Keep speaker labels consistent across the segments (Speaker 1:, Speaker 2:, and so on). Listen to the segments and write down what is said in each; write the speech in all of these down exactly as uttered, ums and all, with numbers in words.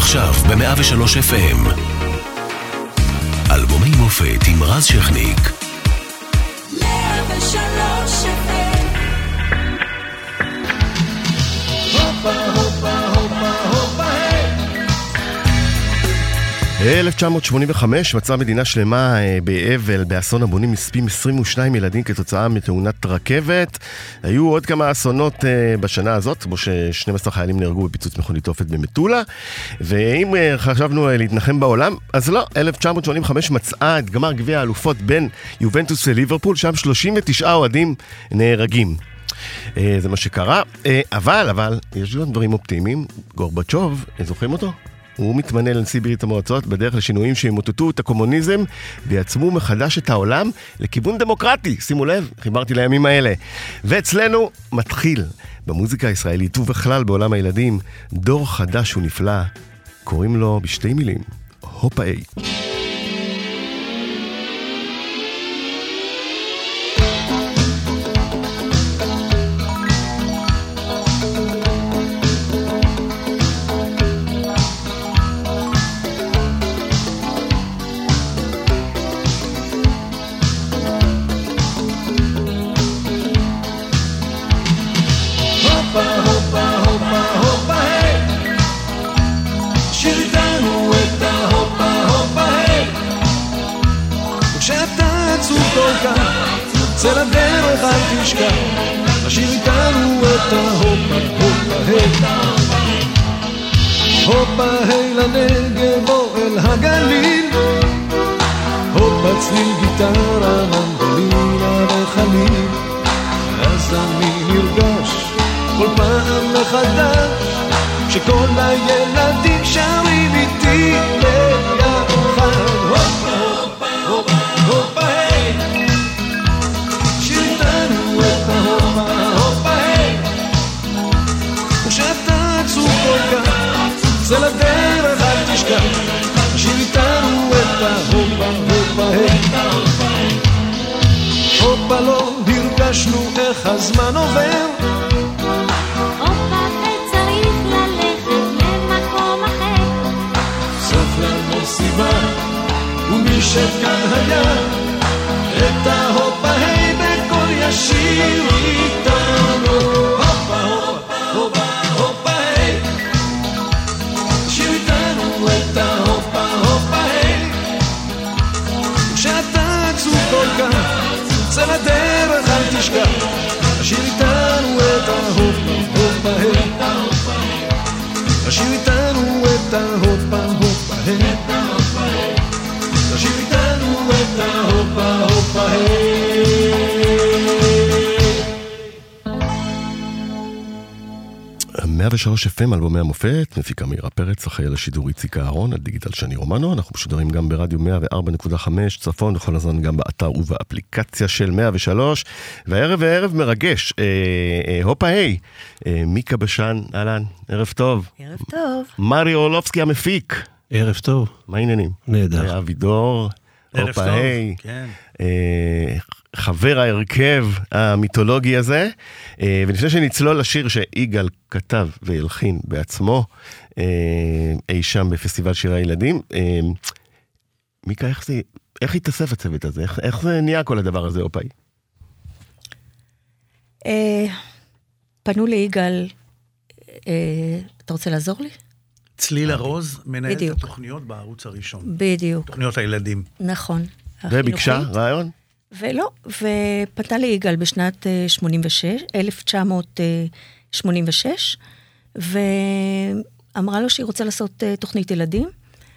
Speaker 1: עכשיו ב-מאה ושלוש אף אם. אלבומי מופת עם רז שכניק.
Speaker 2: מאה ושלוש אף אם. הופה הופה הופה הופה
Speaker 3: אלף תשע מאות שמונים וחמש מצאה מדינה שלמה באבל, באסון הבונים נספים עשרים ושניים ילדים כתוצאה מתאונת רכבת. היו עוד כמה אסונות בשנה הזאת, כמו ש-שנים עשר חיילים נהרגו בפיצוץ מכונית תופת במטולה. ואם חשבנו להתנחם בעולם, אז לא, אלף תשע מאות שמונים וחמש מצאה את גמר גביע האלופות בין יובנטוס וליברפול, שם שלושים ותשעה אוהדים נהרגים. זה מה שקרה, אבל, אבל, יש גם דברים אופטימיים. גורבצ'וב, זוכרים אותו? הוא מתמנה לנשיא ברית המועצות בדרך לשינויים שימוטטו את הקומוניזם ויעצמו מחדש את העולם לכיוון דמוקרטי. שימו לב, חיברתי לימים האלה. ואצלנו מתחיל במוזיקה הישראלית ובכלל בעולם הילדים דור חדש ונפלא. קוראים לו בשתי מילים, הופה איי.
Speaker 4: צא לדרך אל תשכח, השאיר איתנו את ההופה הופה היי. הופה היי לנגב או אל הגליל, הופה צליל גיטרה מנדולינה וחליל. אז אני נרגש כל פעם מחדש שכל הילדים שרים איתי ביחד. הופה הופה הופה הופה היי, שירתנו את ההופה הופה היי. ושאתה עצוב כל כך, זה לדרך אל תשכח, שירתנו את ההופה הופה היי. הופה לא הרגשנו איך הזמן עובר,
Speaker 2: הופה וצריך ללכת למקום אחר.
Speaker 4: סוף לנו סיבה ומי שכאן היה את ההופה היי בכל ישיר איתנו. הופה הופה הופה הופה היי, שיר איתנו את ההופה הופה היי. כשאתה עצוב כל כך, צא לדרך אל תשכח, שיר איתנו את ההופה הופה היי. שיר איתנו את ההופה הופה היי. שיר איתנו את ההופה הופה היי.
Speaker 3: מאה ושלוש אף אם, אלבומי המופת, מפיקה מירה פרץ, אחראי על השידור איציק אהרון, על דיגיטל שני רומנו. אנחנו משודרים גם ברדיו מאה וארבע נקודה חמש צפון, וכל הזמן גם באתר ובאפליקציה של מאה ושלוש. והערב הערב מרגש, אה, אה, הופה היי, אה, מיקה בשן, אהלן, ערב טוב.
Speaker 5: ערב טוב.
Speaker 3: מרי אורלובסקי המפיק.
Speaker 6: ערב טוב.
Speaker 3: מה העניינים?
Speaker 6: נהדר.
Speaker 3: אבידור,
Speaker 6: ערב
Speaker 3: הופה
Speaker 6: טוב.
Speaker 3: היי.
Speaker 6: כן.
Speaker 3: אה, חבר ההרכב המיתולוגי הזה. ולפני שנצלול לשיר שיגאל כתב והלחין בעצמו, אי שם בפסטיבל שירי הילדים, מיקה, איך זה, איך התאסף הצוות הזה? איך, איך זה נהיה כל הדבר הזה, אופאי?
Speaker 5: פנו ליגאל, אתה רוצה לעזור לי?
Speaker 6: צליל הרוז, מנהלת התוכניות בערוץ הראשון.
Speaker 5: בדיוק.
Speaker 6: תוכניות הילדים.
Speaker 5: נכון.
Speaker 3: וביקשה רעיון?
Speaker 5: ולא, ופנתה ליגאל בשנת שמונים ושש, אלף תשע מאות שמונים ושש, ואמרה לו שהיא רוצה לעשות תוכנית ילדים,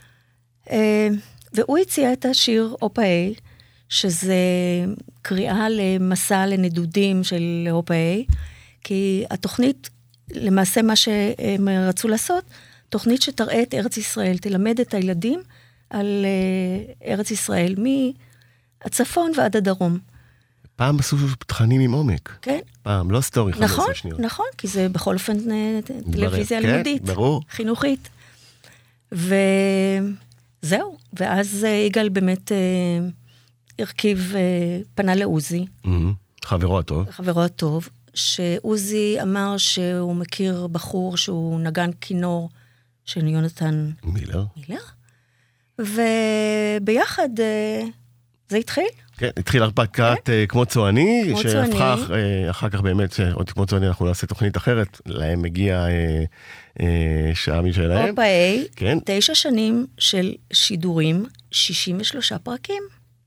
Speaker 5: והוא הציע את השיר הופה איי, שזה קריאה למסע לנדודים של הופה איי, כי התוכנית, למעשה מה שהם רצו לעשות, תוכנית שתראה את ארץ ישראל, תלמד את הילדים על ארץ ישראל, מהצפון ועד הדרום.
Speaker 3: פעם עשו תכנים עם עומק.
Speaker 5: כן.
Speaker 3: פעם, לא סטורי חמש עשרה
Speaker 5: נכון,
Speaker 3: שניות.
Speaker 5: נכון, כי זה בכל אופן טלוויזיה
Speaker 3: כן,
Speaker 5: לימודית.
Speaker 3: ברור.
Speaker 5: חינוכית. וזהו, ואז יגאל באמת הרכיב, פנה לעוזי.
Speaker 3: חברו הטוב.
Speaker 5: חברו הטוב, שעוזי אמר שהוא מכיר בחור שהוא נגן כינור, של יונתן
Speaker 3: מילר.
Speaker 5: מילר, וביחד זה התחיל.
Speaker 3: כן, התחיל הרפתקת כמו צועני, שהפכה אחר כך באמת, שעוד כמו צועני אנחנו נעשה תוכנית אחרת, להם מגיע שעה משלהם.
Speaker 5: אופאי, תשע שנים של שידורים, שישים ושלושה פרקים.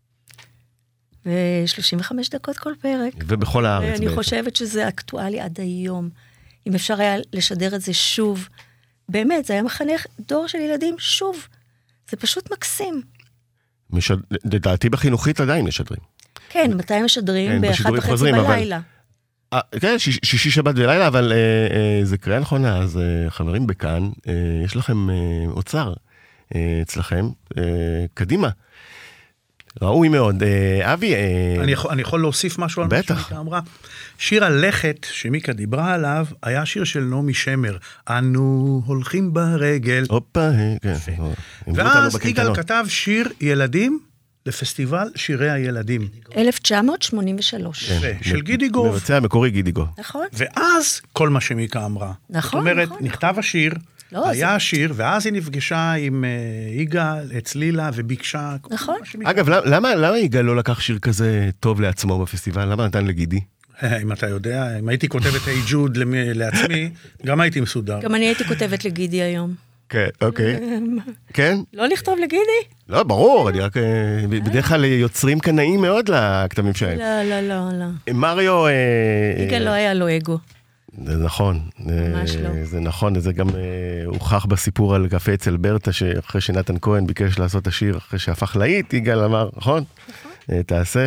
Speaker 5: ו-שלושים וחמש דקות כל פרק.
Speaker 3: ובכל הארץ
Speaker 5: בעצם. ואני חושבת שזה אקטואלי עד היום. אם אפשר היה לשדר את זה שוב, באמת, זה היה מחנך דור של ילדים שוב. זה פשוט מקסים.
Speaker 3: לדעתי בחינוכית עדיין משדרים.
Speaker 5: כן, מתי משדרים? באחת וחצי בלילה.
Speaker 3: כן, שישי שבת ולילה, אבל זה קריאה נכונה, אז חברים בכאן, יש לכם אוצר אצלכם, קדימה. ראוי מאוד. אבי...
Speaker 6: אני יכול, אני יכול להוסיף משהו על מה שמיקה אמרה? שיר הלכת שמיקה דיברה עליו, היה שיר של נעמי שמר. אנו הולכים ברגל.
Speaker 3: הופה, כן.
Speaker 6: ואז יגאל כתב שיר ילדים לפסטיבל שירי הילדים.
Speaker 5: אלף תשע מאות שמונים ושלוש.
Speaker 6: של גידיגוב.
Speaker 3: מבצע המקורי גידיגוב.
Speaker 5: נכון.
Speaker 6: ואז כל מה שמיקה אמרה.
Speaker 5: נכון,
Speaker 6: זאת אומרת, נכתב השיר, היה השיר, ואז היא נפגשה עם יגאל, אצלילה, וביקשה...
Speaker 5: נכון.
Speaker 3: אגב, למה יגאל לא לקח שיר כזה טוב לעצמו בפסטיבל? למה נתן לגידי?
Speaker 6: אם אתה יודע, אם הייתי כותבת היי ג'וד לעצמי, גם הייתי מסודר.
Speaker 5: גם אני הייתי כותבת לגידי היום.
Speaker 3: כן, אוקיי. כן?
Speaker 5: לא לכתוב לגידי?
Speaker 3: לא, ברור, אני רק... בדרך כלל יוצרים קנאים מאוד לכתבים שלהם.
Speaker 5: לא, לא, לא, לא.
Speaker 3: מריו...
Speaker 5: יגאל לא היה לו אגו.
Speaker 3: זה נכון.
Speaker 5: ממש לא.
Speaker 3: זה נכון, זה גם הוכח בסיפור על קפה אצל ברטה, שאחרי שנתן כהן ביקש לעשות השיר, אחרי שהפך להיט, יגאל אמר, נכון? תעשה.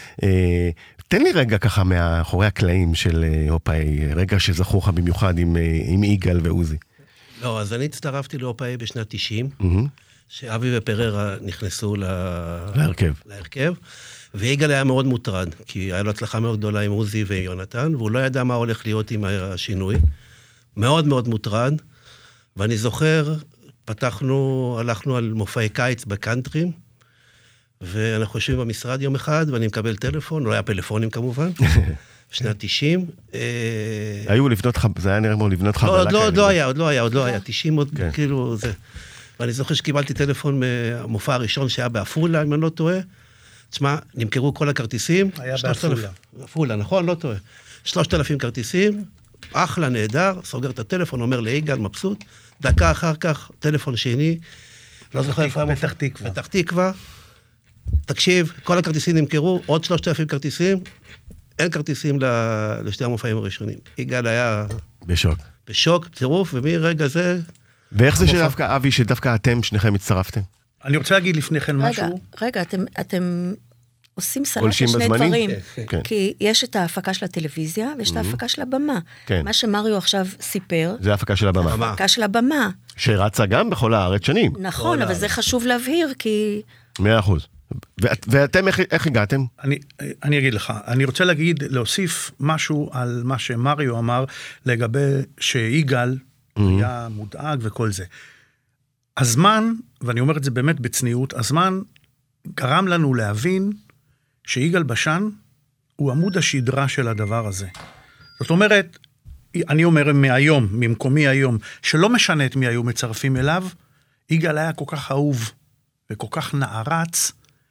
Speaker 3: תן לי רגע ככה מאחורי הקלעים של אופאי, רגע שזכור לך במיוחד עם יגאל ועוזי.
Speaker 7: לא, אז אני הצטרפתי לאופאי בשנת תשעים, שאבי ופררה נכנסו
Speaker 3: להרכב.
Speaker 7: להרכב, ויגאל היה מאוד מוטרד, כי היה לו הצלחה מאוד גדולה עם עוזי ויונתן, והוא לא ידע מה הולך להיות עם השינוי. מאוד מאוד מוטרד, ואני זוכר, פתחנו, הלכנו על מופעי קיץ בקאנטרים, ואנחנו יושבים במשרד יום אחד, ואני מקבל טלפון, לא היה פלאפונים כמובן, בשנת תשעים.
Speaker 3: היו לבנות, זה היה נראה כמו לבנות חבלה.
Speaker 7: לא, עוד לא היה, עוד לא היה, עוד לא היה, תשעים עוד כאילו זה. ואני זוכר שקיבלתי טלפון מהמופע הראשון שהיה באפולה, אם אני לא טועה. תשמע, נמכרו כל הכרטיסים.
Speaker 6: היה באפולה.
Speaker 7: באפולה, נכון, לא טועה. שלושת אלפים כרטיסים, אחלה, נהדר, סוגר את הטלפון, אומר ליגאל, מבסוט. דקה אחר כך, טלפון שני, לא זוכר איפה היה מופע.
Speaker 6: פתח תקווה.
Speaker 7: פתח תקווה. תקשיב, כל הכרטיסים נמכרו, עוד שלושת אלפים כרטיסים, אין כרטיסים לשתי המופעים הראשונים. יגאל היה...
Speaker 3: בשוק.
Speaker 7: בשוק, צירוף, ומרגע זה...
Speaker 3: ואיך זה שדווקא, אבי, שדווקא אתם שניכם הצטרפתם?
Speaker 6: אני רוצה להגיד לפני כן משהו.
Speaker 5: רגע, רגע, אתם, אתם עושים סלט לשני דברים.
Speaker 3: כן.
Speaker 5: כי יש את ההפקה של הטלוויזיה, ויש את ההפקה של הבמה.
Speaker 3: כן.
Speaker 5: מה שמריו עכשיו סיפר...
Speaker 3: זה ההפקה של הבמה.
Speaker 5: ההפקה של הבמה.
Speaker 3: שרצה גם בכל הארץ שנים.
Speaker 5: נכון, אבל זה חשוב להבהיר, כי...
Speaker 3: מאה אחוז. ואתם איך, איך הגעתם?
Speaker 6: אני, אני אגיד לך, אני רוצה להגיד, להוסיף משהו על מה שמריו אמר, לגבי שיגאל mm-hmm. היה מודאג וכל זה. הזמן, ואני אומר את זה באמת בצניעות, הזמן גרם לנו להבין שיגאל בשן הוא עמוד השדרה של הדבר הזה. זאת אומרת, אני אומר מהיום, ממקומי היום, שלא משנה את מי היו מצרפים אליו, יגאל היה כל כך אהוב וכל כך נערץ,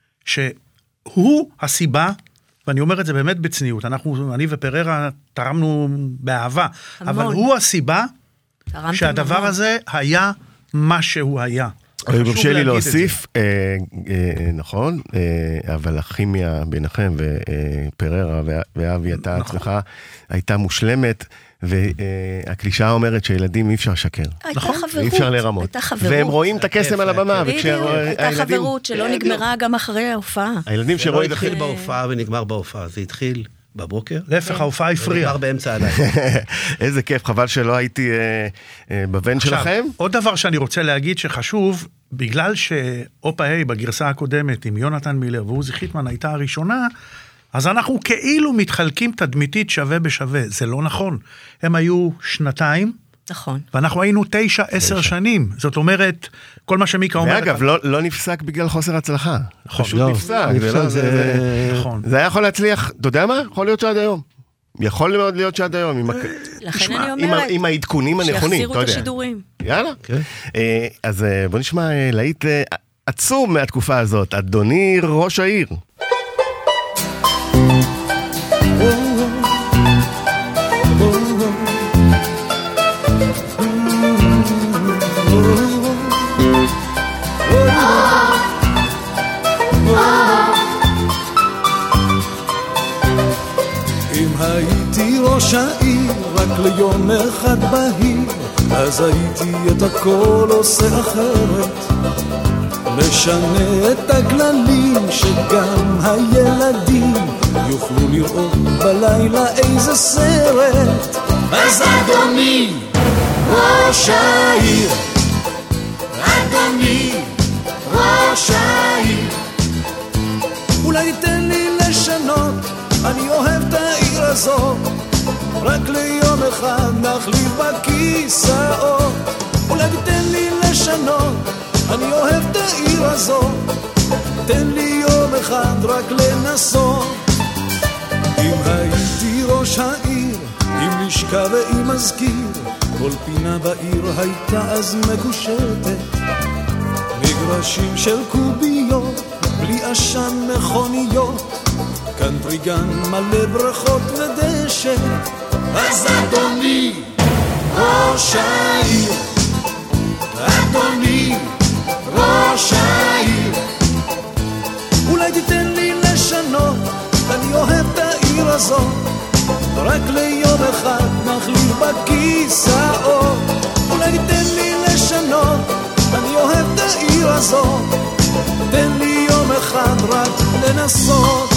Speaker 6: שהוא הסיבה, ואני אומר את זה באמת בצניעות, אנחנו, אני ופררה תרמנו באהבה, המון. אבל הוא הסיבה שהדבר המון. הזה היה מה שהוא היה.
Speaker 3: יורשה לי להוסיף, אה, אה, נכון, אה, אבל הכימיה ביניכם ופררה ואבי אתה
Speaker 6: נכון.
Speaker 3: עצמך הייתה מושלמת, והקלישה אומרת שילדים אי אפשר לשקר.
Speaker 5: הייתה חברות.
Speaker 3: אי אפשר לרמות.
Speaker 5: הייתה חברות.
Speaker 3: והם רואים את הקסם על הבמה.
Speaker 5: הייתה חברות שלא נגמרה גם אחרי ההופעה.
Speaker 3: הילדים
Speaker 7: שרואים... זה לא התחיל בהופעה ונגמר בהופעה, זה התחיל בבוקר.
Speaker 6: להפך, ההופעה הפריעה.
Speaker 7: ונגמר באמצע הלילה.
Speaker 3: איזה כיף, חבל שלא הייתי בבן שלכם.
Speaker 6: עוד דבר שאני רוצה להגיד שחשוב, בגלל שאופאי בגרסה הקודמת עם יונתן מילר ועוזי חיטמן הייתה הראשונה, אז אנחנו כאילו מתחלקים תדמיתית שווה בשווה. זה לא נכון. הם היו שנתיים.
Speaker 5: נכון.
Speaker 6: ואנחנו היינו תשע, עשר שנים. זאת אומרת, כל מה שמיקה אומרת...
Speaker 3: ואגב, לא, לא נפסק בגלל חוסר הצלחה.
Speaker 6: נכון.
Speaker 3: פשוט
Speaker 7: לא,
Speaker 3: נפסק.
Speaker 7: נפסק
Speaker 3: זה, לא,
Speaker 7: זה...
Speaker 3: זה,
Speaker 6: נכון.
Speaker 3: זה היה יכול להצליח, אתה יודע מה? יכול להיות שעד היום. יכול מאוד להיות שעד היום, עם,
Speaker 5: לכן
Speaker 3: תשמע,
Speaker 5: אני
Speaker 3: עם, ה-
Speaker 5: אומרת,
Speaker 3: עם העדכונים הנכונים,
Speaker 5: שיחזירו
Speaker 3: אתה
Speaker 5: את
Speaker 3: יודע.
Speaker 5: השידורים.
Speaker 3: יאללה. אה, אז אה, בוא נשמע אה, להיט אה, עצום מהתקופה הזאת, אדוני ראש העיר.
Speaker 4: אם הייתי ראש העיר רק ליום אחד בהיר, אז הייתי את הכל עושה אחרת. משנה את הכללים שגם הילדים יוכלו לראות בלילה איזה סרט. אז אדוני ראש העיר, אדוני ראש העיר, אולי תן לי לשנות, אני אוהב את העיר הזאת, רק ליום אחד נחליף בכיסאות. אולי תן לי לשנות, אני אוהב את העיר הזאת, תן לי יום אחד רק לנסות. אם הייתי ראש העיר, עם לשכה ועם מזכיר, כל פינה בעיר הייתה אז מקושטת, מגרשים של קוביות, בלי עשן מכוניות, קנטריגן מלא ברכות ודשא. אז אדוני ראש העיר, אדוני ראש העיר, אולי תיתן לי לשנות, אני אוהב את העיר הזאת, רק ליום אחד נחליף בכיסאות. אולי תיתן לי לשנות, אני אוהב את העיר הזאת, תן לי יום אחד רק לנסות.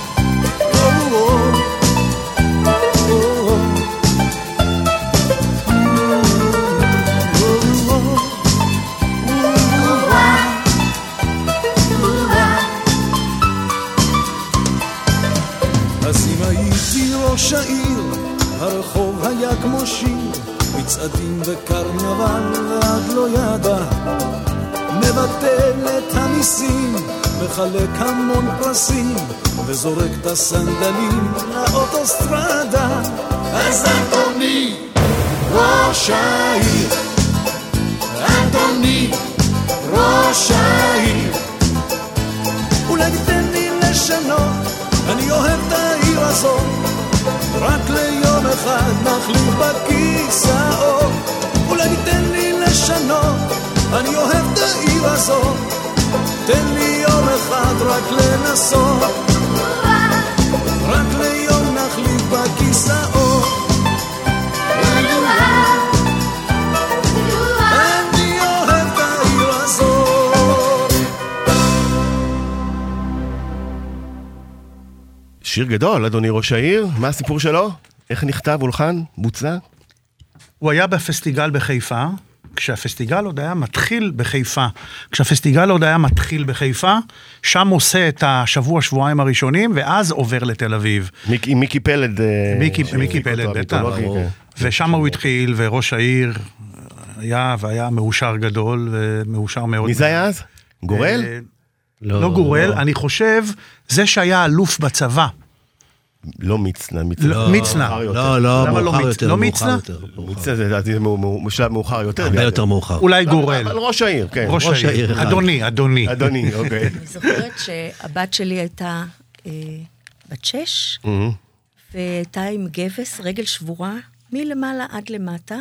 Speaker 4: אז אם הייתי ראש העיר, הרחוב היה כמו שיר, מצעדים וקרנבל ועד לא ידע, מבטל את המיסים, מחלק המון פרסים, וזורק את הסנדלים לאוטוסטרדה. אז אדוני ראש העיר, אדוני ראש העיר, אולי תיתן לי לשנות, אני אוהב את העיר הזאת, רק ליום אחד נחליף בכיסאות. אולי תיתן לי לשנות, אני אוהב את העיר הזאת, תן לי יום אחד רק לנסות, רק ליום נחליף בכיסאות. אני אוהב את העיר הזאת.
Speaker 3: שיר גדול, אדוני ראש העיר, מה הסיפור שלו? איך נכתב, הולחן, בוצע?
Speaker 6: הוא היה בפסטיגל בחיפה, כשהפסטיגל עוד היה מתחיל בחיפה, כשהפסטיגל עוד היה מתחיל בחיפה, שם עושה את השבוע, שבועיים הראשונים, ואז עובר לתל אביב.
Speaker 3: מיקי, מיקי פלד.
Speaker 6: מיקי, מיקי פלד, בטח. ושם הוא התחיל, וראש העיר היה, והיה מאושר גדול, ומאושר מאוד.
Speaker 3: מי זה היה אז? גורל?
Speaker 6: לא גורל, אני חושב, זה שהיה אלוף בצבא.
Speaker 3: לא מצנע, מצנע.
Speaker 6: לא, מצנע.
Speaker 7: לא, לא,
Speaker 6: למה לא
Speaker 7: מאוחר
Speaker 6: מצ-
Speaker 7: יותר.
Speaker 6: לא
Speaker 7: מאוחר
Speaker 6: מצנע?
Speaker 7: יותר, מאוחר.
Speaker 3: מצנע זה לדעתי בשלב מאוחר יותר.
Speaker 7: הרבה יותר מאוחר.
Speaker 6: אולי גורל.
Speaker 3: אבל ראש העיר, כן.
Speaker 6: ראש
Speaker 7: ראש
Speaker 6: העיר.
Speaker 7: העיר אחד.
Speaker 6: אדוני, אדוני.
Speaker 3: אדוני, אוקיי.
Speaker 5: אני זוכרת שהבת שלי הייתה אה, בת שש,
Speaker 3: מהמם.
Speaker 5: והייתה עם גבס, רגל שבורה, מלמעלה עד למטה,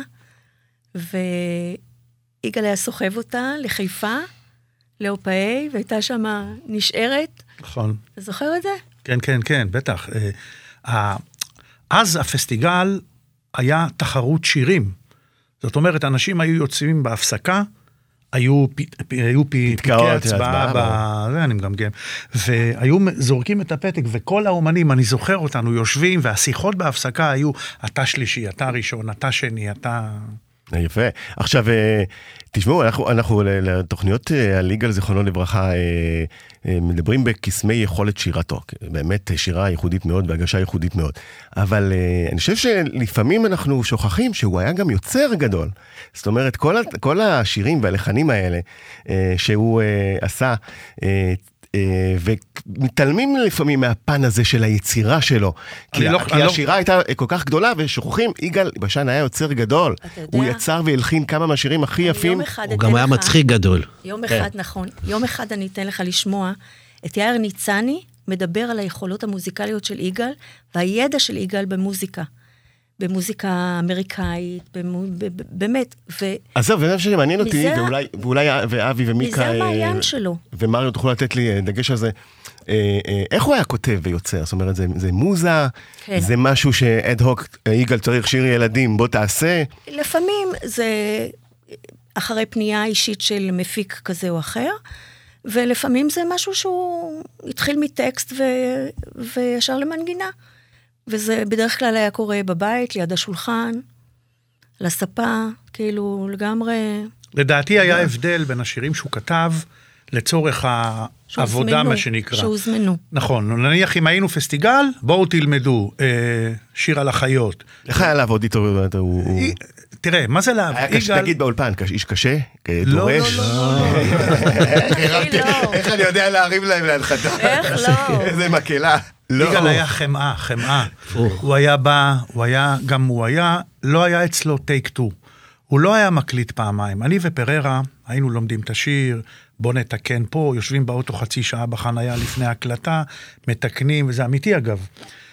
Speaker 5: ויגאל היה סוחב אותה לחיפה, לאופאי, והייתה שם נשארת.
Speaker 6: נכון.
Speaker 5: אתה זוכר את זה?
Speaker 6: כן, כן, כן, בטח. אה, ה- אז הפסטיגל היה תחרות שירים. זאת אומרת, אנשים היו יוצאים בהפסקה, היו פ- פ- היו פ- פתקי
Speaker 3: פתקאות,
Speaker 6: הצבעה,
Speaker 3: הצבעה,
Speaker 6: ב- זה אני מגמגם, והיו זורקים את הפתק, וכל האומנים, אני זוכר אותנו, יושבים, והשיחות בהפסקה היו, אתה שלישי, אתה ראשון, אתה שני, אתה...
Speaker 3: יפה. עכשיו, אה, תשמעו, אנחנו, אנחנו לתוכניות אה, הליגה לזיכרונו לברכה, אה, אה, מדברים בקסמי יכולת שירתו. באמת שירה ייחודית מאוד והגשה ייחודית מאוד. אבל אה, אני חושב שלפעמים אנחנו שוכחים שהוא היה גם יוצר גדול. זאת אומרת, כל, ה- כל השירים והלחנים האלה אה, שהוא אה, עשה, אה, ומתעלמים לפעמים מהפן הזה של היצירה שלו, כי,
Speaker 6: לא,
Speaker 3: כי השירה לא... הייתה כל כך גדולה, ושוכחים, יגאל בשן היה יוצר גדול, הוא יצר והלחין כמה מהשירים הכי יפים,
Speaker 7: הוא גם היה מצחיק גדול.
Speaker 5: יום אחד, נכון, יום אחד אני אתן לך לשמוע את יאיר ניצני מדבר על היכולות המוזיקליות של יגאל, והידע של יגאל במוזיקה. במוזיקה אמריקאית, באמת.
Speaker 3: אז זהו, וזה שאני מעניין אותי, ואולי ואבי ומיקה,
Speaker 5: מזה המעיין שלו.
Speaker 3: ומריו, תוכלו לתת לי דגש על זה. איך הוא היה כותב ויוצר? זאת אומרת, זה מוזה, זה משהו שאד-הוק, יגאל צריך שיר ילדים, בוא תעשה. לפעמים זה אחרי פנייה אישית של מפיק כזה או אחר, ולפעמים זה משהו שהוא התחיל מטקסט וישר למנגינה. וזה בדרך כלל היה קורה בבית, ליד השולחן, לספה, כאילו לגמרי...
Speaker 6: לדעתי היה הבדל בין השירים שהוא כתב לצורך העבודה, מה שנקרא.
Speaker 5: שהוזמנו.
Speaker 6: נכון, נניח אם היינו פסטיגל, בואו תלמדו שיר על החיות.
Speaker 3: איך היה לעבוד איתו?
Speaker 6: תראה, מה זה לעבוד?
Speaker 3: היה קשה, תגיד באולפן, איש קשה? דורש?
Speaker 6: לא, לא,
Speaker 5: לא.
Speaker 3: איך אני יודע להרים להם להנחתה?
Speaker 5: איך לא?
Speaker 3: איזה מקהלה.
Speaker 6: יגאל היה חמאה, חמאה. הוא היה בא, הוא היה, גם הוא היה, לא היה אצלו טייק טו. הוא לא היה מקליט פעמיים. אני ופררה היינו לומדים את השיר, בוא נתקן פה, יושבים באוטו חצי שעה בחניה לפני הקלטה, מתקנים, וזה אמיתי אגב.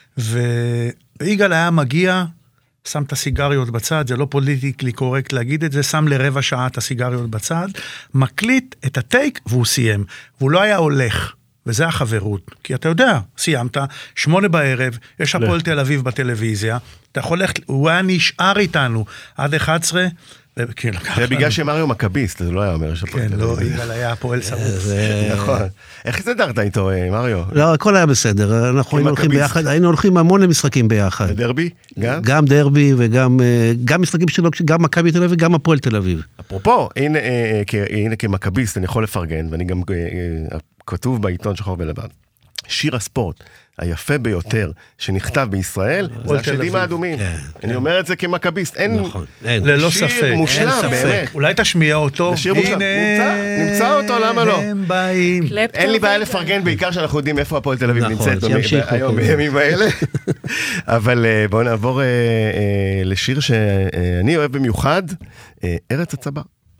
Speaker 6: ויגאל היה מגיע, שם את הסיגריות בצד, זה לא פוליטיקלי קורקט להגיד את זה, שם לרבע שעה את הסיגריות בצד, מקליט את הטייק והוא סיים. והוא לא היה הולך. וזה החברות, כי אתה יודע, סיימת, שמונה בערב, יש הפועל תל אביב בטלוויזיה, אתה יכול ללכת, הוא היה נשאר איתנו עד אחת עשרה,
Speaker 3: זה בגלל שמריו מקביסט, זה לא היה אומר שהפועל
Speaker 6: תל אביב. כן, לא, יגאל היה הפועל שרוץ.
Speaker 3: נכון. איך הסתדרת איתו, מריו?
Speaker 7: לא, הכל היה בסדר, אנחנו היינו הולכים ביחד, היינו הולכים המון למשחקים ביחד.
Speaker 3: דרבי? גם?
Speaker 7: גם דרבי וגם משחקים שלו, גם מכבי תל אביב וגם הפועל תל אביב.
Speaker 3: אפרופו, הנה כמקביסט, אני יכול לפרגן, ואני גם כתוב בעיתון שחור ולבן. שיר הספורט היפה ביותר שנכתב בישראל, זה השדים האדומים. אני אומר את זה כמקביסט, אין שיר מושלם, באמת.
Speaker 6: אולי תשמיע אותו.
Speaker 3: נמצא אותו, למה לא? אין לי בעיה לפרגן, בעיקר שאנחנו יודעים איפה הפועל תל אביב נמצאת היום בימים האלה. אבל בואו נעבור לשיר שאני אוהב במיוחד, ארץ הצבא.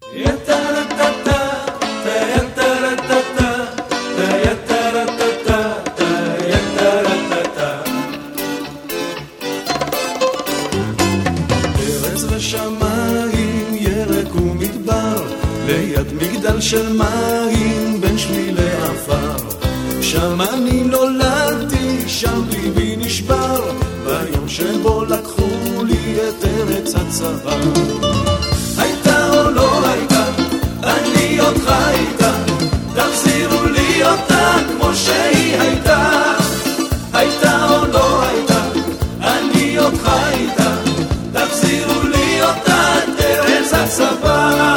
Speaker 4: מגדל של מים בין שבילי עפר, שם אני נולדתי, שם ליבי נשבר, ביום שבו לקחו לי את ארץ הצבא. הייתה או לא הייתה, אני אותך הייתה, תחזירו לי אותה כמו שהיא הייתה. הייתה או לא הייתה, אני אותך הייתה, תחזירו לי אותה את ארץ הצבא.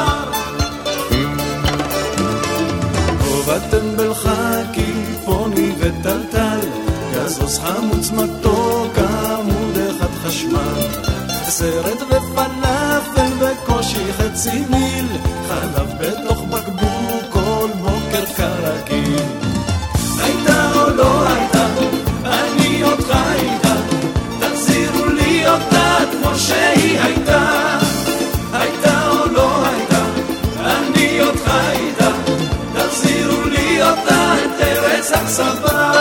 Speaker 4: טמבל חכי, פוני וטלטל, גזוס חמוץ מתוק, עמוד אחד חשמל, סרט ופלאפל בקושי חצי מיל, חלב בתוך בקבוק כל בוקר כרגיל. הייתה או לא הייתה, אני אותך הייתה, תחזירו לי אותה כמו שהיא הייתה. הייתה או לא הייתה, אני אותך הייתה, תחזירו לי אותה את ארץ הצבא.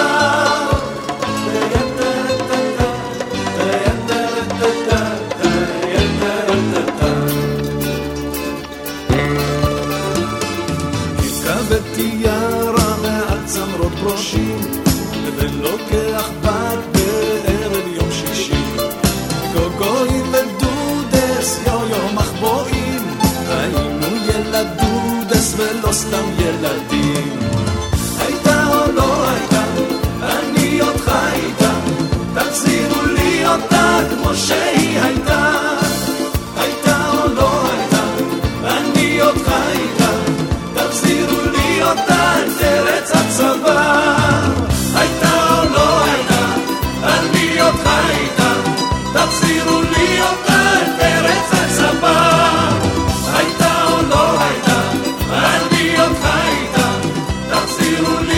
Speaker 4: התכבדתי ירה מעל צמרות ראשים, ולוקח בת בערב יום שישי, גוגויים ודודס, יו-יו מחבואים, היינו ילדודס ולא סתם ילדים. הייתה או לא הייתה, אני אותך הייתה, תחזירו לי אותה כמו שהיא הייתה. הייתה או לא הייתה, אני אותך הייתה, תחזירו לי אותה את ארץ הצבא. הייתה או לא הייתה, אני אותך הייתה, תחזירו לי אותה את ארץ הצבא. הייתה או לא הייתה, אני אותך הייתה, תחזירו לי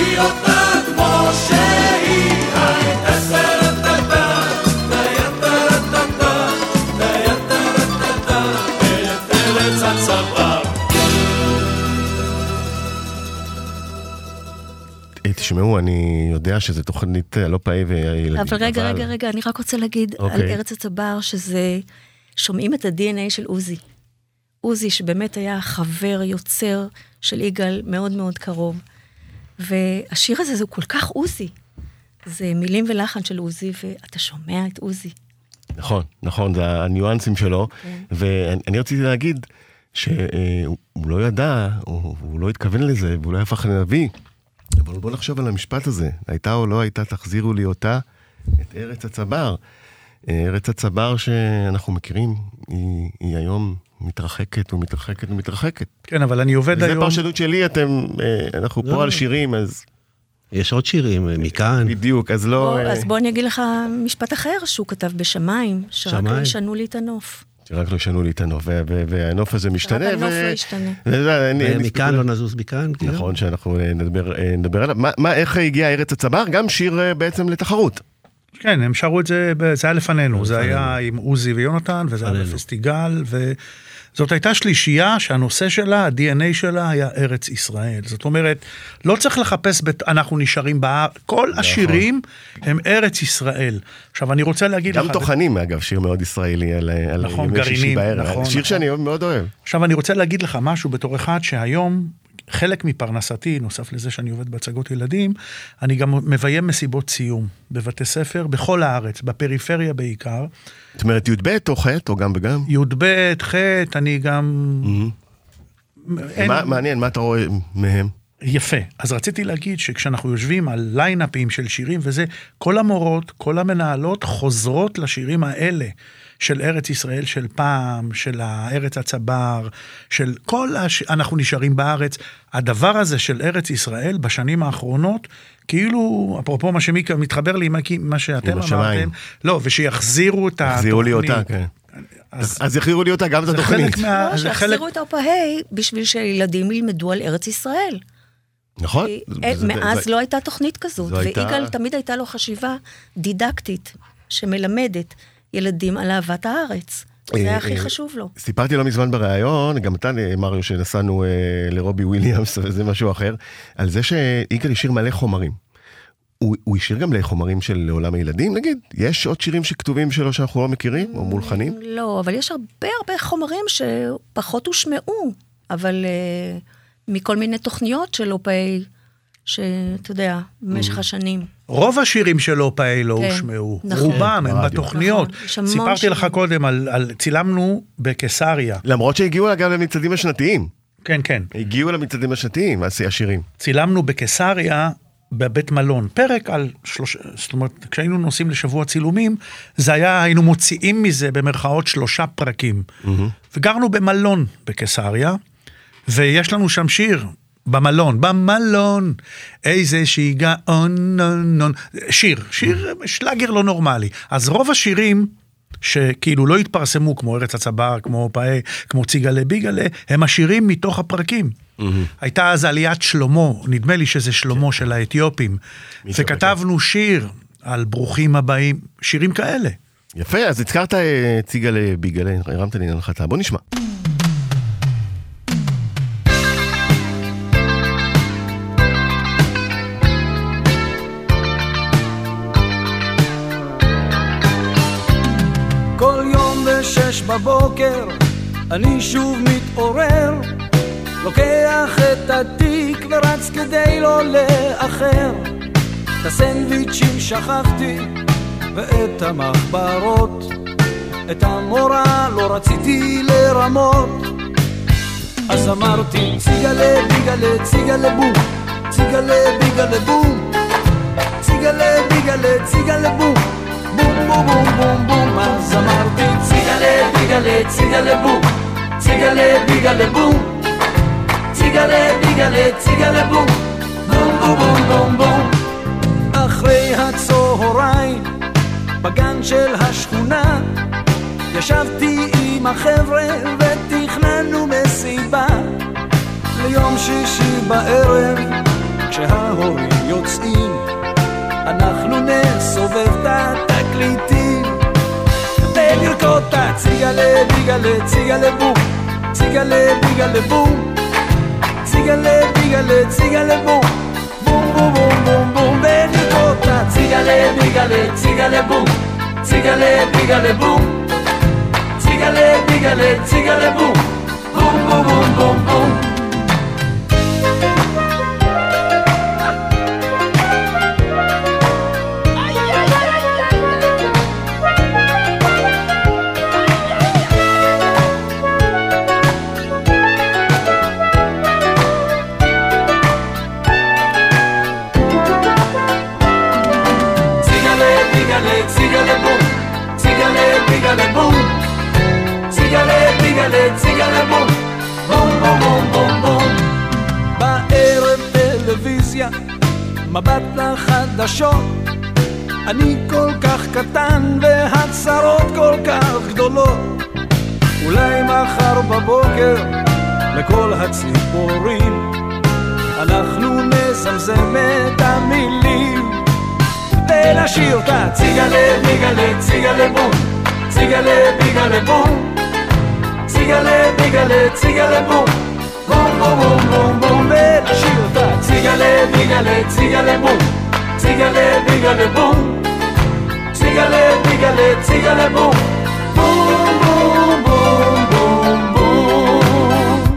Speaker 3: תשמעו, אני יודע שזה תוכנית לא פעי וילדים.
Speaker 5: אבל רגע, רגע, רגע, אני רק רוצה להגיד על ארץ הצבר, שזה, שומעים את ה-די אן איי של עוזי. עוזי, שבאמת היה חבר, יוצר של יגאל מאוד מאוד קרוב. והשיר הזה זה כל כך עוזי. זה מילים ולחן של עוזי, ואתה שומע את עוזי.
Speaker 3: נכון, נכון, זה הניואנסים שלו. ואני רציתי להגיד שהוא לא ידע, הוא לא התכוון לזה, והוא לא הפך לנביא. אבל בוא נחשוב על המשפט הזה. הייתה או לא הייתה, תחזירו לי אותה, את ארץ הצבר. ארץ הצבר שאנחנו מכירים, היא, היא היום מתרחקת ומתרחקת ומתרחקת.
Speaker 6: כן, אבל אני עובד היום...
Speaker 3: וזה פרשנות שלי, אתם, אנחנו פה על שירים, אז...
Speaker 7: יש עוד שירים, מכאן.
Speaker 3: בדיוק, אז לא...
Speaker 5: אז בוא אני אגיד לך משפט אחר שהוא כתב בשמיים, שרק לא ישנו לי את הנוף.
Speaker 3: שרק לא ישנו לי את הנוף, והנוף הזה משתנה.
Speaker 5: רק הנוף לא ישתנה.
Speaker 7: מכאן לא נזוז מכאן.
Speaker 3: נכון, שאנחנו נדבר עליו. איך הגיע ארץ הצבר? גם שיר בעצם לתחרות.
Speaker 6: כן, הם שרו את זה, זה היה לפנינו, זה היה עם עוזי ויונתן, וזה היה בפסטיגל, וזאת הייתה שלישייה שהנושא שלה, ה-די אן איי שלה היה ארץ ישראל. זאת אומרת, לא צריך לחפש, אנחנו נשארים בארץ, כל השירים הם ארץ ישראל. עכשיו, אני רוצה להגיד לך...
Speaker 3: גם תוכנים, אגב, שיר מאוד ישראלי, על ימי שישי בערב. שיר שאני מאוד אוהב.
Speaker 6: עכשיו, אני רוצה להגיד לך משהו בתור אחד שהיום... חלק מפרנסתי, נוסף לזה שאני עובד בהצגות ילדים, אני גם מביים מסיבות סיום, בבתי ספר, בכל הארץ, בפריפריה בעיקר.
Speaker 3: זאת אומרת, י' ב' או ח' או גם וגם?
Speaker 6: י' ב', ח', אני גם...
Speaker 3: מעניין, מה אתה רואה מהם?
Speaker 6: יפה. אז רציתי להגיד שכשאנחנו יושבים על ליינאפים של שירים וזה, כל המורות, כל המנהלות חוזרות לשירים האלה. של ארץ ישראל של פעם, של הארץ הצבר, של כל, הש... אנחנו נשארים בארץ. הדבר הזה של ארץ ישראל בשנים האחרונות, כאילו, אפרופו מה שמיקה מתחבר לי, מה שאתם אמרתם, לא, ושיחזירו את התוכנית.
Speaker 3: יחזירו לי אותה, כן. אז, אז יחזירו לי אותה גם את התוכנית.
Speaker 5: מה... לא, שיחזירו את אופהי בשביל שילדים ילמדו על ארץ ישראל.
Speaker 3: נכון.
Speaker 5: זה, מאז זה... לא הייתה תוכנית כזאת, ויגאל הייתה... תמיד הייתה לו חשיבה דידקטית, שמלמדת. ילדים על אהבת הארץ. זה הכי חשוב לו.
Speaker 3: סיפרתי לא מזמן בריאיון, גם אתה, מריו, שנסענו לרובי וויליאמס, וזה משהו אחר, על זה שיגאל השאיר מלא חומרים. הוא השאיר גם לחומרים של עולם הילדים, נגיד? יש עוד שירים שכתובים שלו שאנחנו לא מכירים, או מולחנים?
Speaker 5: לא, אבל יש הרבה הרבה חומרים שפחות הושמעו, אבל מכל מיני תוכניות של אופהי, שאתה יודע, במשך השנים.
Speaker 6: רוב השירים של אופהי לא הושמעו, רובם הם בתוכניות. סיפרתי לך קודם, צילמנו בקיסריה.
Speaker 3: למרות שהגיעו אגב למצעדים השנתיים.
Speaker 6: כן, כן.
Speaker 3: הגיעו למצעדים השנתיים, השירים.
Speaker 6: צילמנו בקיסריה, בבית מלון, פרק על שלוש... זאת אומרת, כשהיינו נוסעים לשבוע צילומים, זה היה, היינו מוציאים מזה במרכאות שלושה פרקים. וגרנו במלון בקיסריה, ויש לנו שם שיר, במלון, במלון, איזה שיגע, און, און, און, שיר, שיר, שלאגר לא נורמלי. אז רוב השירים, שכאילו לא התפרסמו, כמו ארץ הצבר, כמו אופהי, כמו ציגלה ביגלה, הם השירים מתוך הפרקים. הייתה אז עליית שלמה, נדמה לי שזה שלמה של האתיופים, וכתבנו שיר על ברוכים הבאים, שירים כאלה.
Speaker 3: יפה, אז הזכרת ציגלה ביגלה, הרמת לי להנחתה, בוא נשמע.
Speaker 4: שש בבוקר אני שוב מתעורר, לוקח את התיק ורץ כדי לא לאחר. את הסנדוויצ'ים שכחתי ואת המחברות, את המורה לא רציתי לרמות. אז אמרתי ציגלה ביגלה ציגלה בום, ציגלה ביגלה בום, ציגלה ביגלה ציגלה בום, בום בום בום בום בום. אז אמרתי ציגלה ביגלה ציגלה בום, ציגלה ביגלה בום, ציגלה ביגלה ציגלה בום, בום בום בום בום בום. אחרי הצהריים בגן של השכונה ישבתי עם החבר'ה ותכננו מסיבה ליום שישי בערב. כשההורים יוצאים אנחנו נסובב את התקליטים ולרקוד את ציגלה ביגלה ציגלה בום, ציגלה ביגלה בום, ציגלה ביגלה ציגלה בום, בום בום בום ציגלה ביגלה ציגלה בום, ציגלה ביגלה בום, ציגלה ביגלה ציגלה בום, בום בום בום בום בום. ציגלה בום, ציגלה ביגלה בום, ציגלה ביגלה ציגלה בום, בום בום בום בום בום. בערב טלוויזיה, מבט לחדשות, אני כל כך קטן והצרות כל כך גדולות. אולי מחר בבוקר לכל הציפורים אנחנו נזמזם את המילים ולשיר אותה. ציגלה ביגלה ציגלה בום, ציגלה ביגלה בום, ציגלה ביגלה ציגלה בום, בום בום בום בום בום. ולשיר אותה. ציגלה ביגלה ציגלה בום, ציגלה ביגלה בום, ציגלה ביגלה ציגלה בום, בום בום בום בום בום.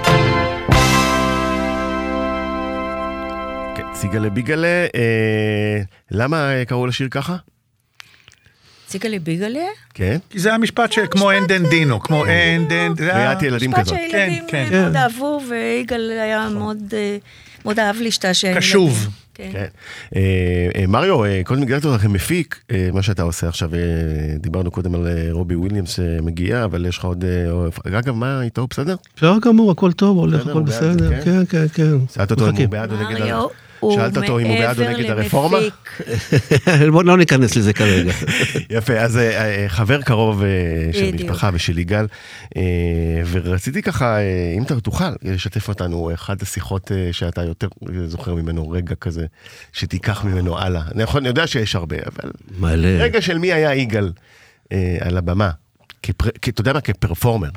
Speaker 3: ציגלה ביגלה, אה, למה קראו לשיר ככה?
Speaker 5: ציגלה ביגלה?
Speaker 3: כן.
Speaker 6: כי זה המשפט שכמו אין דן דינו, כמו אין דן...
Speaker 3: קריאת ילדים
Speaker 5: משפט
Speaker 3: כזאת.
Speaker 5: שהילדים
Speaker 6: כן,
Speaker 5: מאוד אהבו, ויגאל היה מאוד אהב להשתעשע.
Speaker 6: קשוב.
Speaker 3: כן. מריו, קודם הגעת אותך מפיק, מה שאתה עושה עכשיו, דיברנו קודם על רובי וויליאמס שמגיע, אבל יש לך עוד... אגב, מה איתו, בסדר?
Speaker 7: בסדר גמור, הכל טוב, הולך, הכל בסדר. כן, כן, כן.
Speaker 3: שאלת אותו אם הוא בעד או נגד... שאלת אותו אם הוא בעד או נגד הרפורמה?
Speaker 7: בוא לא ניכנס לזה כרגע.
Speaker 3: יפה, אז חבר קרוב של משפחה ושל יגאל, ורציתי ככה, אם אתה תוכל, לשתף אותנו, אחת השיחות שאתה יותר זוכר ממנו, רגע כזה, שתיקח ממנו הלאה. אני יודע שיש הרבה, אבל...
Speaker 7: מלא.
Speaker 3: רגע של מי היה יגאל על הבמה, אתה יודע מה, כפרפורמר.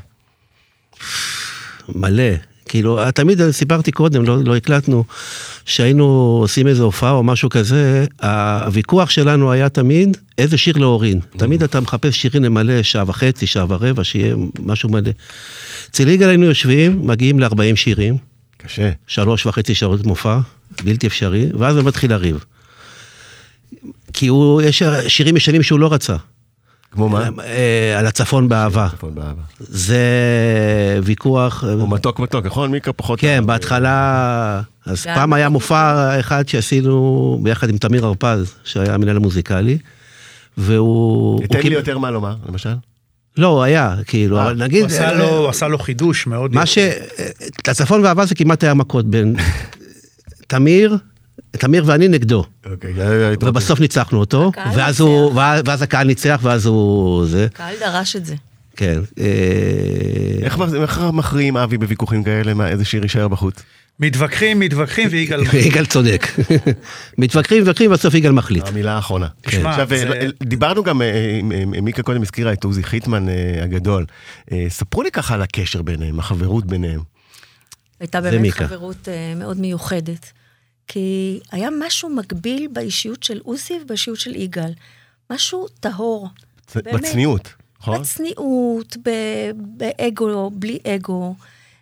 Speaker 7: מלא. כאילו, תמיד סיפרתי קודם, לא, לא הקלטנו, שהיינו עושים איזו הופעה או משהו כזה, הוויכוח שלנו היה תמיד איזה שיר להורין. תמיד אתה מחפש שירים למלא שעה וחצי, שעה ורבע, שיהיה משהו מלא. אצל יגאל היינו יושבים, מגיעים ל-ארבעים שירים.
Speaker 3: קשה.
Speaker 7: שלוש וחצי שעות מופע, בלתי אפשרי, ואז הוא מתחיל לריב. כי הוא, יש שירים ישנים שהוא לא רצה.
Speaker 3: כמו מה?
Speaker 7: על הצפון באהבה.
Speaker 3: הצפון באהבה.
Speaker 7: זה ויכוח...
Speaker 3: הוא מתוק מתוק, נכון? מיקה פחות...
Speaker 7: כן, בהתחלה... אז פעם היה מופע אחד שעשינו ביחד עם תמיר הרפז, שהיה המנהל המוזיקלי, והוא...
Speaker 3: תן לי יותר מה לומר, למשל?
Speaker 7: לא, הוא היה, כאילו, אבל נגיד...
Speaker 6: הוא עשה לו חידוש מאוד...
Speaker 7: מה ש... הצפון באהבה זה כמעט היה מכות בין תמיר... תמיר ואני נגדו, ובסוף ניצחנו אותו, ואז הקהל ניצח, ואז הוא זה.
Speaker 5: הקהל דרש את זה.
Speaker 7: כן.
Speaker 3: איך מכריעים אבי בוויכוחים כאלה, מה, איזה שיר יישאר בחוץ?
Speaker 6: מתווכחים, מתווכחים, ויגאל...
Speaker 7: ויגאל צודק. מתווכחים, מתווכחים, בסוף יגאל מחליט.
Speaker 3: המילה האחרונה. עכשיו, דיברנו גם, מיקה קודם הזכירה את עוזי חיטמן הגדול. ספרו לי ככה על הקשר ביניהם, החברות ביניהם.
Speaker 5: הייתה באמת חברות מאוד מיוחדת. כי היה משהו מקביל באישיות של עוזי ובאישיות של יגאל. משהו טהור.
Speaker 3: בצניעות, נכון?
Speaker 5: בצניעות, באגו, בלי אגו.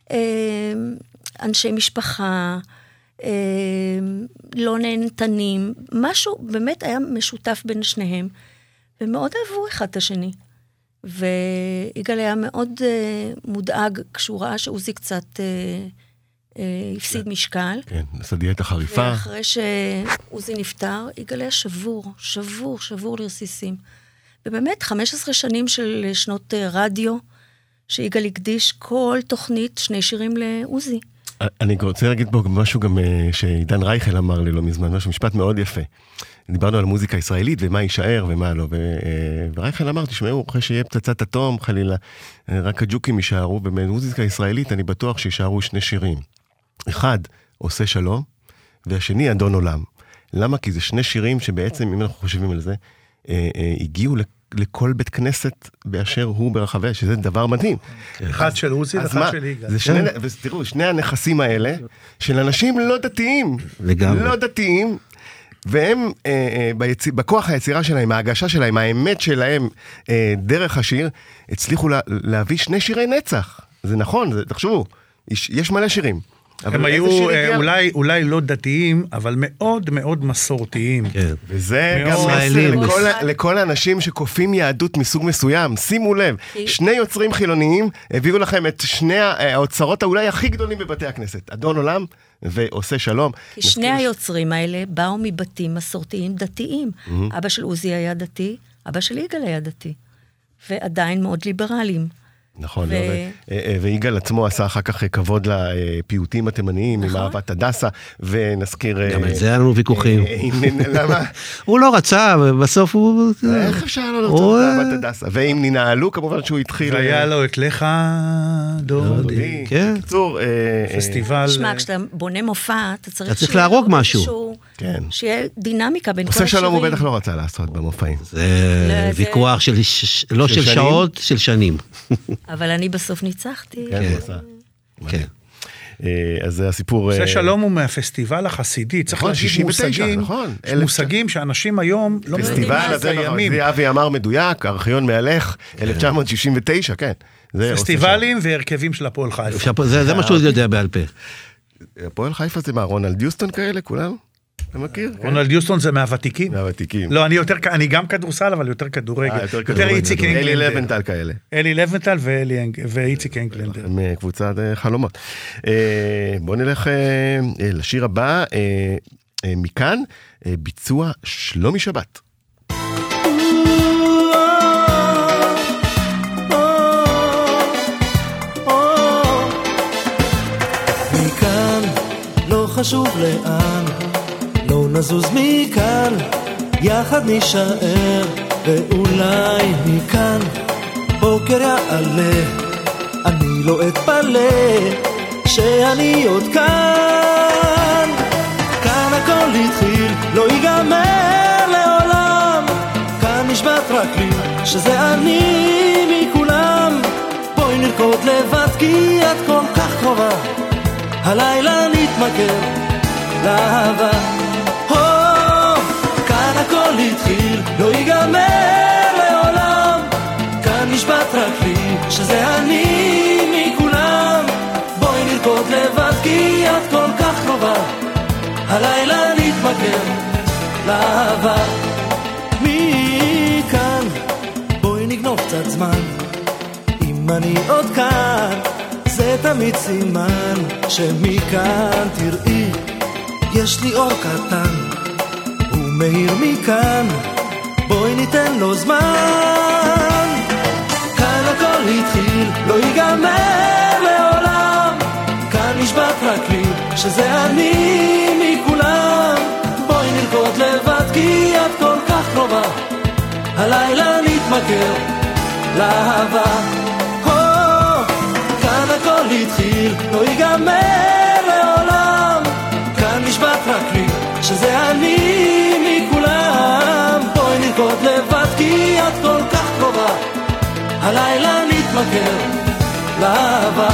Speaker 5: אנשי משפחה, לא נהנתנים. משהו באמת היה משותף בין שניהם. ומאוד אהבו אחד את השני. ויגאל היה מאוד מודאג כשהוא ראה שעוזי קצת... הפסיד משקל.
Speaker 3: כן, עשה דיאטה חריפה.
Speaker 5: ואחרי שעוזי נפטר, יגאל היה שבור, שבור, שבור לרסיסים. ובאמת, חמש עשרה שנים של שנות רדיו, שיגאל הקדיש כל תוכנית, שני שירים לעוזי.
Speaker 3: אני רוצה להגיד פה משהו גם שעידן רייכל אמר לי לא מזמן, משהו משפט מאוד יפה. דיברנו על מוזיקה ישראלית ומה יישאר ומה לא, ורייכל אמר, תשמעו, אחרי שיהיה פצצת אטום, חלילה, רק הג'וקים יישארו, במוזיקה ישראלית אני בטוח שישארו שני שירים. אחד עושה שלום, והשני אדון עולם. למה? כי זה שני שירים שבעצם, אם אנחנו חושבים על זה, הגיעו לכל בית כנסת באשר הוא ברחבי, שזה דבר מדהים.
Speaker 6: אחד של עוזי, אחד של יגאל.
Speaker 3: ותראו, שני הנכסים האלה, של אנשים לא דתיים.
Speaker 7: לגמרי.
Speaker 3: לא דתיים, והם, אה, אה, ביצ... בכוח היצירה שלהם, ההגשה שלהם, האמת שלהם, אה, דרך השיר, הצליחו לה, להביא שני שירי נצח. זה נכון, זה, תחשבו, יש, יש מלא שירים.
Speaker 6: הם היו אה, אולי, אולי לא דתיים, אבל מאוד מאוד מסורתיים.
Speaker 7: כן.
Speaker 3: וזה גם
Speaker 6: מאוד.
Speaker 3: מסר לכל, לכל האנשים שקופים יהדות מסוג מסוים. שימו לב, שני יוצרים חילוניים הביאו לכם את שני האוצרות האולי הכי גדולים בבתי הכנסת. אדון עולם ועושה שלום.
Speaker 5: כי שני היוצרים האלה באו מבתים מסורתיים דתיים. אבא של עוזי היה דתי, אבא של יגאל היה דתי. ועדיין מאוד ליברליים.
Speaker 3: נכון, ויגאל עצמו עשה אחר כך כבוד לפיוטים התימניים עם אהבת הדסה, ונזכיר...
Speaker 7: גם על זה היה לנו ויכוחים.
Speaker 3: למה?
Speaker 7: הוא לא רצה, ובסוף הוא...
Speaker 3: איך אפשר לא לרצות את אהבת הדסה? ואם ננהלו, כמובן שהוא התחיל...
Speaker 6: והיה לו את לך דודי.
Speaker 7: כן.
Speaker 3: בקיצור...
Speaker 6: פסטיבל...
Speaker 5: תשמע, כשאתה בונה מופע, אתה צריך...
Speaker 7: אתה צריך להרוג משהו.
Speaker 3: כן.
Speaker 5: שיהיה דינמיקה בין כל
Speaker 3: עושה
Speaker 5: השירים.
Speaker 3: שלום הוא בטח לא רצה לעשות במופעים.
Speaker 7: זה ויכוח של... לא של שעות, של שנים.
Speaker 5: אבל אני בסוף ניצחתי.
Speaker 3: כן, הוא עשה.
Speaker 7: כן.
Speaker 3: אז זה הסיפור...
Speaker 6: זה שלום הוא מהפסטיבל החסידי, צריך להגיד מושגים, מושגים שאנשים היום לא יודעים
Speaker 3: פסטיבל הזה, זה אבי אמר מדויק, ארכיון מהלך, אלף תשע מאות שישים ותשע, כן.
Speaker 6: פסטיבלים והרכבים של הפועל חיפה.
Speaker 7: זה מה שהוא יודע בעל פה.
Speaker 3: הפועל חיפה זה מה, רונלד יוסטון כאלה, כולם? אתה מכיר?
Speaker 6: רונלד יוסטון זה מהוותיקים.
Speaker 3: מהוותיקים.
Speaker 6: לא, אני יותר, אני גם כדורסל, אבל יותר כדורגל. יותר איציק אנגלנדר.
Speaker 3: אלי לבנטל כאלה.
Speaker 6: אלי לבנטל ואיציק אנגלנדר.
Speaker 3: מקבוצת חלומות. בואו נלך לשיר הבא, מכאן, ביצוע שלומי שבת.
Speaker 4: מכאן לא חשוב לאן, לא נזוז מכאן, יחד נשאר, ואולי מכאן בוקר יעלה, אני לא אתפלא שאני עוד כאן. כאן הכל התחיל, לא ייגמר לעולם, כאן נשבט רק לי שזה אני מכולם. בואי נרקוד לבד כי את כל כך קרובה, הלילה נתמכר לאהבה. כאן הכל התחיל, לא ייגמר לעולם, כאן נשבט רק לי שזה אני מכולם. בואי נרקוד לבד כי את כל כך קרובה, הלילה נתמכר לאהבה. מכאן בואי נגנוב קצת זמן, אם אני עוד כאן זה תמיד סימן שמכאן תראי יש לי אור קטן, הוא מאיר מכאן, בואי ניתן לו זמן. כאן הכל התחיל, לא ייגמר לעולם, כאן נשבט רק לי שזה אני מכולם. בואי נרקוד לבד כי את כל כך קרובה, הלילה נתמכר לאהבה. כאן הכל התחיל, לא ייגמר לעולם, כאן נשבט רק לי שזה אני מכולם. בואי נרקוד לבד כי את כל כך קרובה, הלילה נתמכר לאהבה.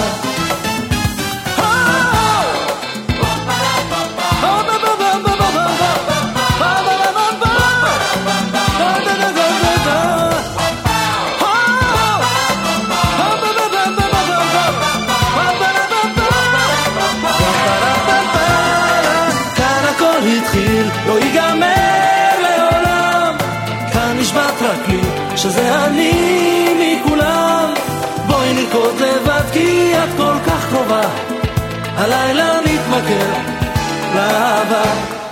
Speaker 4: לא ייגמר לעולם, כאן נשבט רק לי שזה אני מכולם. בואי נרקוד לבד כי את כל כך קרובה, הלילה נתמכר לאהבה.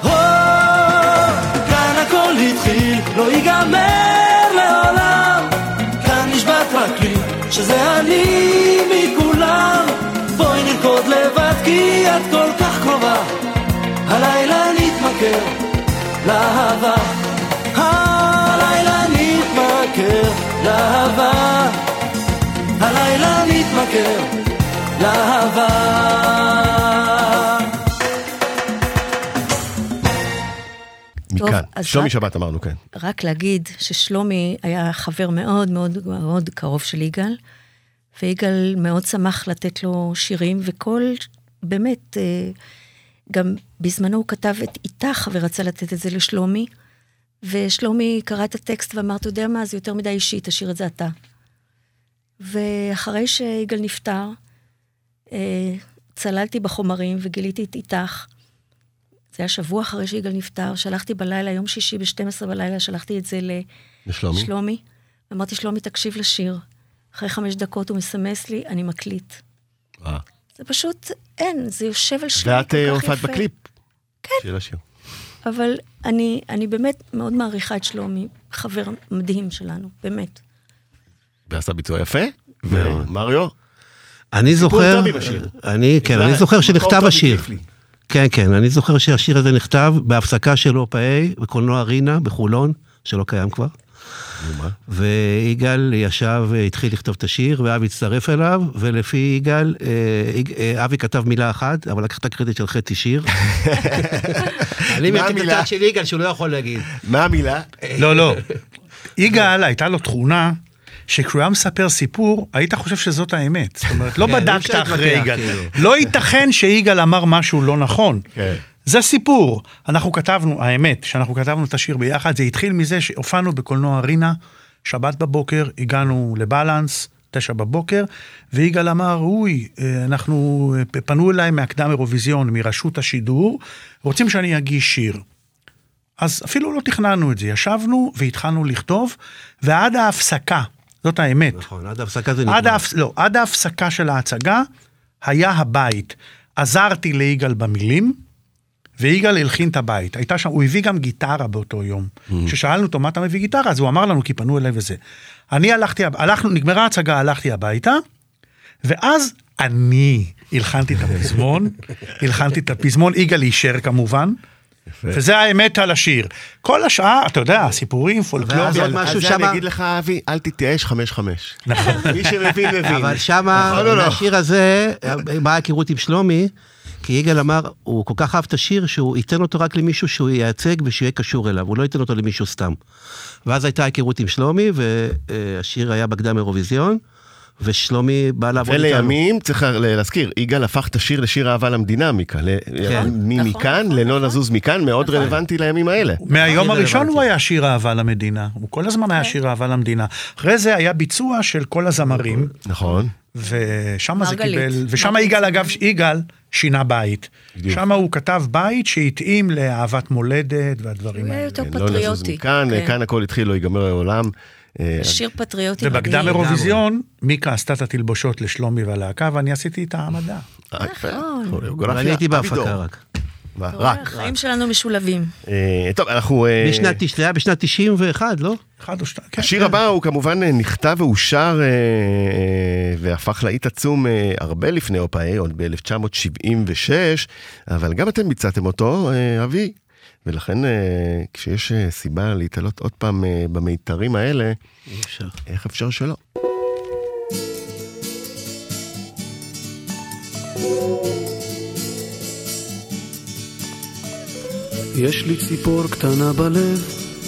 Speaker 4: כאן הכל התחיל, לא ייגמר לעולם, כאן נשבט רק לי שזה אני מכולם. בואי נרקוד לבד כי את כל כך קרובה, הלילה נתמכר לאהבה. הלילה נתמכר לאהבה, הלילה נתמכר לאהבה.
Speaker 3: מכאן, שלומי שבת אמרנו, כן.
Speaker 5: רק להגיד ששלומי היה חבר מאוד מאוד מאוד קרוב של יגאל, ויגאל מאוד שמח לתת לו שירים, וכל באמת גם בזמנו הוא כתב את איתך ורצה לתת את זה לשלומי, ושלומי קרא את הטקסט ואמר, אתה יודע מה, זה יותר מדי אישי, תשאיר את זה אתה. ואחרי שיגאל נפטר, צללתי בחומרים וגיליתי את איתך. זה היה שבוע אחרי שיגאל נפטר, שלחתי בלילה, יום שישי ב-שתים עשרה בלילה, שלחתי את זה
Speaker 3: לשלומי.
Speaker 5: לשלומי. אמרתי, שלומי, תקשיב לשיר. אחרי חמש דקות הוא מסמס לי, אני מקליט.
Speaker 3: אה.
Speaker 5: זה פשוט, אין, זה יושב על שלומי
Speaker 3: ואת הופעת בקליפ.
Speaker 5: כן.
Speaker 3: של השיר.
Speaker 5: אבל אני, אני באמת מאוד מעריכה את שלומי, חבר מדהים שלנו, באמת.
Speaker 3: ועשה ביצוע יפה, ומריו?
Speaker 7: אני זוכר,
Speaker 3: טוב עם השיר.
Speaker 7: אני, כן, אני זוכר שנכתב השיר. כן, כן, אני זוכר שהשיר הזה נכתב בהפסקה של אופאי, בקולנוע רינה, בחולון, שלא קיים כבר. ויגאל ישב, התחיל לכתוב את השיר, ואבי הצטרף אליו, ולפי יגאל, אבי כתב מילה אחת, אבל לקח את הקרדיט של חצי שיר. אני מייצג את הצד של יגאל, שהוא לא יכול להגיד.
Speaker 3: מה המילה?
Speaker 6: לא, לא. יגאל, הייתה לו תכונה, שכשהוא היה מספר סיפור, היית חושב שזאת האמת. זאת אומרת, לא בדקת אחרי יגאל. לא ייתכן שיגאל אמר משהו לא נכון. זה סיפור. אנחנו כתבנו, האמת, שאנחנו כתבנו את השיר ביחד, זה התחיל מזה שהופענו בקולנוע רינה, שבת בבוקר, הגענו לבלנס, תשע בבוקר, ויגאל אמר, אוי, אנחנו, פנו אליי מהקדם אירוויזיון, מרשות השידור, רוצים שאני אגיש שיר. אז אפילו לא תכננו את זה, ישבנו והתחלנו לכתוב, ועד ההפסקה, זאת האמת.
Speaker 7: נכון, עד ההפסקה זה נגמר.
Speaker 6: עד ההפס... לא, עד ההפסקה של ההצגה, היה הבית. עזרתי ליגאל במילים, ויגאל הלחין את הבית. הייתה שם, הוא הביא גם גיטרה באותו יום. כששאלנו אותו, מה אתה מביא גיטרה? אז הוא אמר לנו, כי פנו אליי וזה. אני הלכתי, הלכנו, נגמרה ההצגה, הלכתי הביתה, ואז אני הלחנתי את הפזמון, הלחנתי את הפזמון, יגאל אישר כמובן, וזה האמת על השיר. כל השעה, אתה יודע, סיפורים, פולקלור.
Speaker 3: אז אני אגיד לך, אבי, אל תתייאש חמש חמש. מי שמבין, מבין.
Speaker 7: אבל שמה, השיר הזה, באה הכירות עם שלומי, כי יגאל אמר, הוא כל כך אהב את השיר, שהוא ייתן אותו רק למישהו שהוא ייצג ושיהיה קשור אליו, הוא לא ייתן אותו למישהו סתם. ואז הייתה הכירות עם שלומי, והשיר היה בקדם אירוויזיון, ושלומי בא לעבוד איתנו.
Speaker 3: ולימים, צריך להזכיר, יגאל הפך את השיר לשיר אהבה למדינה מכאן, מכאן, ללא נזוז מכאן, מאוד רלוונטי לימים האלה.
Speaker 6: מהיום הראשון הוא היה שיר אהבה למדינה, הוא כל הזמן היה שיר אהבה למדינה. אחרי זה היה ביצוע של כל הזמרים.
Speaker 3: נכון.
Speaker 6: ושם זה קיבל, ושם יגאל, אגב, יגאל שינה בית. שם הוא כתב בית שהתאים לאהבת מולדת והדברים האלה.
Speaker 5: הוא היה יותר
Speaker 3: לא נזוז
Speaker 5: פטריוטי.
Speaker 3: מכאן, כאן הכל התחיל, לא ייגמר העולם.
Speaker 5: שיר פטריוטי.
Speaker 6: ובקדם אירוויזיון, מיקה עשתה את התלבושות לשלומי והלהקה, ואני עשיתי את העמדה.
Speaker 7: ואני הייתי בהפקה רק.
Speaker 3: רק.
Speaker 5: החיים שלנו משולבים.
Speaker 3: טוב, אנחנו...
Speaker 7: זה היה בשנת תשעים ואחת, לא?
Speaker 6: אחד או שתיים.
Speaker 3: השיר הבא הוא כמובן נכתב ואושר והפך להיט עצום הרבה לפני אופאי, עוד ב-אלף תשע מאות שבעים ושש, אבל גם אתם ביצעתם אותו, אבי, ולכן כשיש סיבה להתעלות עוד פעם במיתרים האלה, איך אפשר שלא?
Speaker 4: יש לי ציפור קטנה בלב,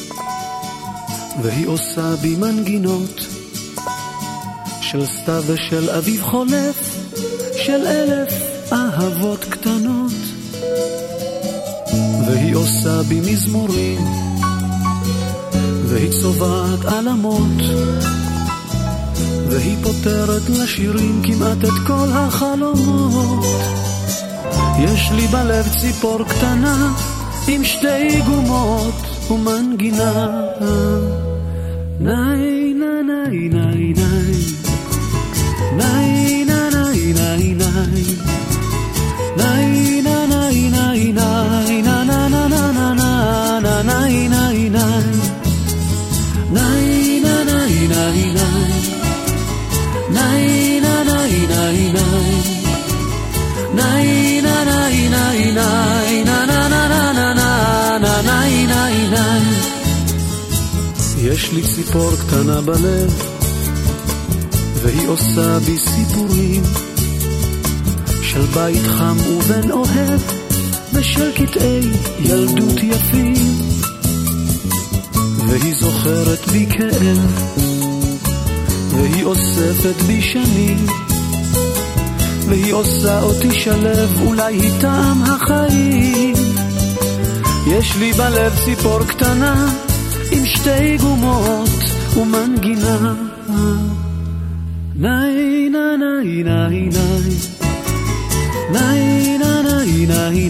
Speaker 4: והיא עושה בי מנגינות של סתיו ושל אביב חולף, של אלף אהבות קטנות, והיא עושה בי מזמורים, והיא צובעת עלמות, והיא פותרת לשירים כמעט את כל החלומות. יש לי בלב ציפור קטנה עם שתי גומות ומנגינה, ניי ניי ניי ניי ניי ניי ניי ניי ניי ניי ניי ניי ניי ניי ניי ניי יש לי ציפור קטנה בלב, והיא עושה בי סיפורים של בית חם ובן אוהב, ושל קטעי ילדות יפים, והיא זוכרת בי כאב, והיא אוספת בי שנים, והיא עושה אותי שלב, אולי היא טעם החיים. יש לי בלב ציפור קטנה עם שתי גומות ומנגינה. ניי ניי ניי ניי ניי ניי ניי ניי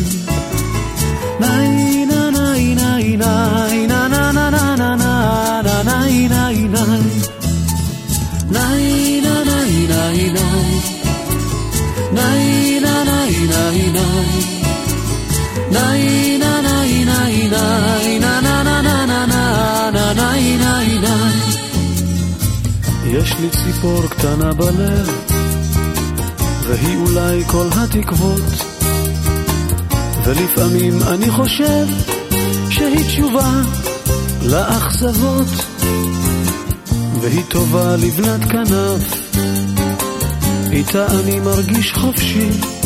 Speaker 4: ניי ניי ניי ניי ניי na na na na na na na nai nai nai nai na nai nai nai nai na nai nai nai nai na nai nai nai na na na na na na na nai nai nai. יש לי ציפור קטנה בלב והיא אולי כל התקוות, ולפעמים אני חושב שהיא תשובה לאכזבות, והיא טובה לבנת כנף, איתה אני מרגיש חופשי,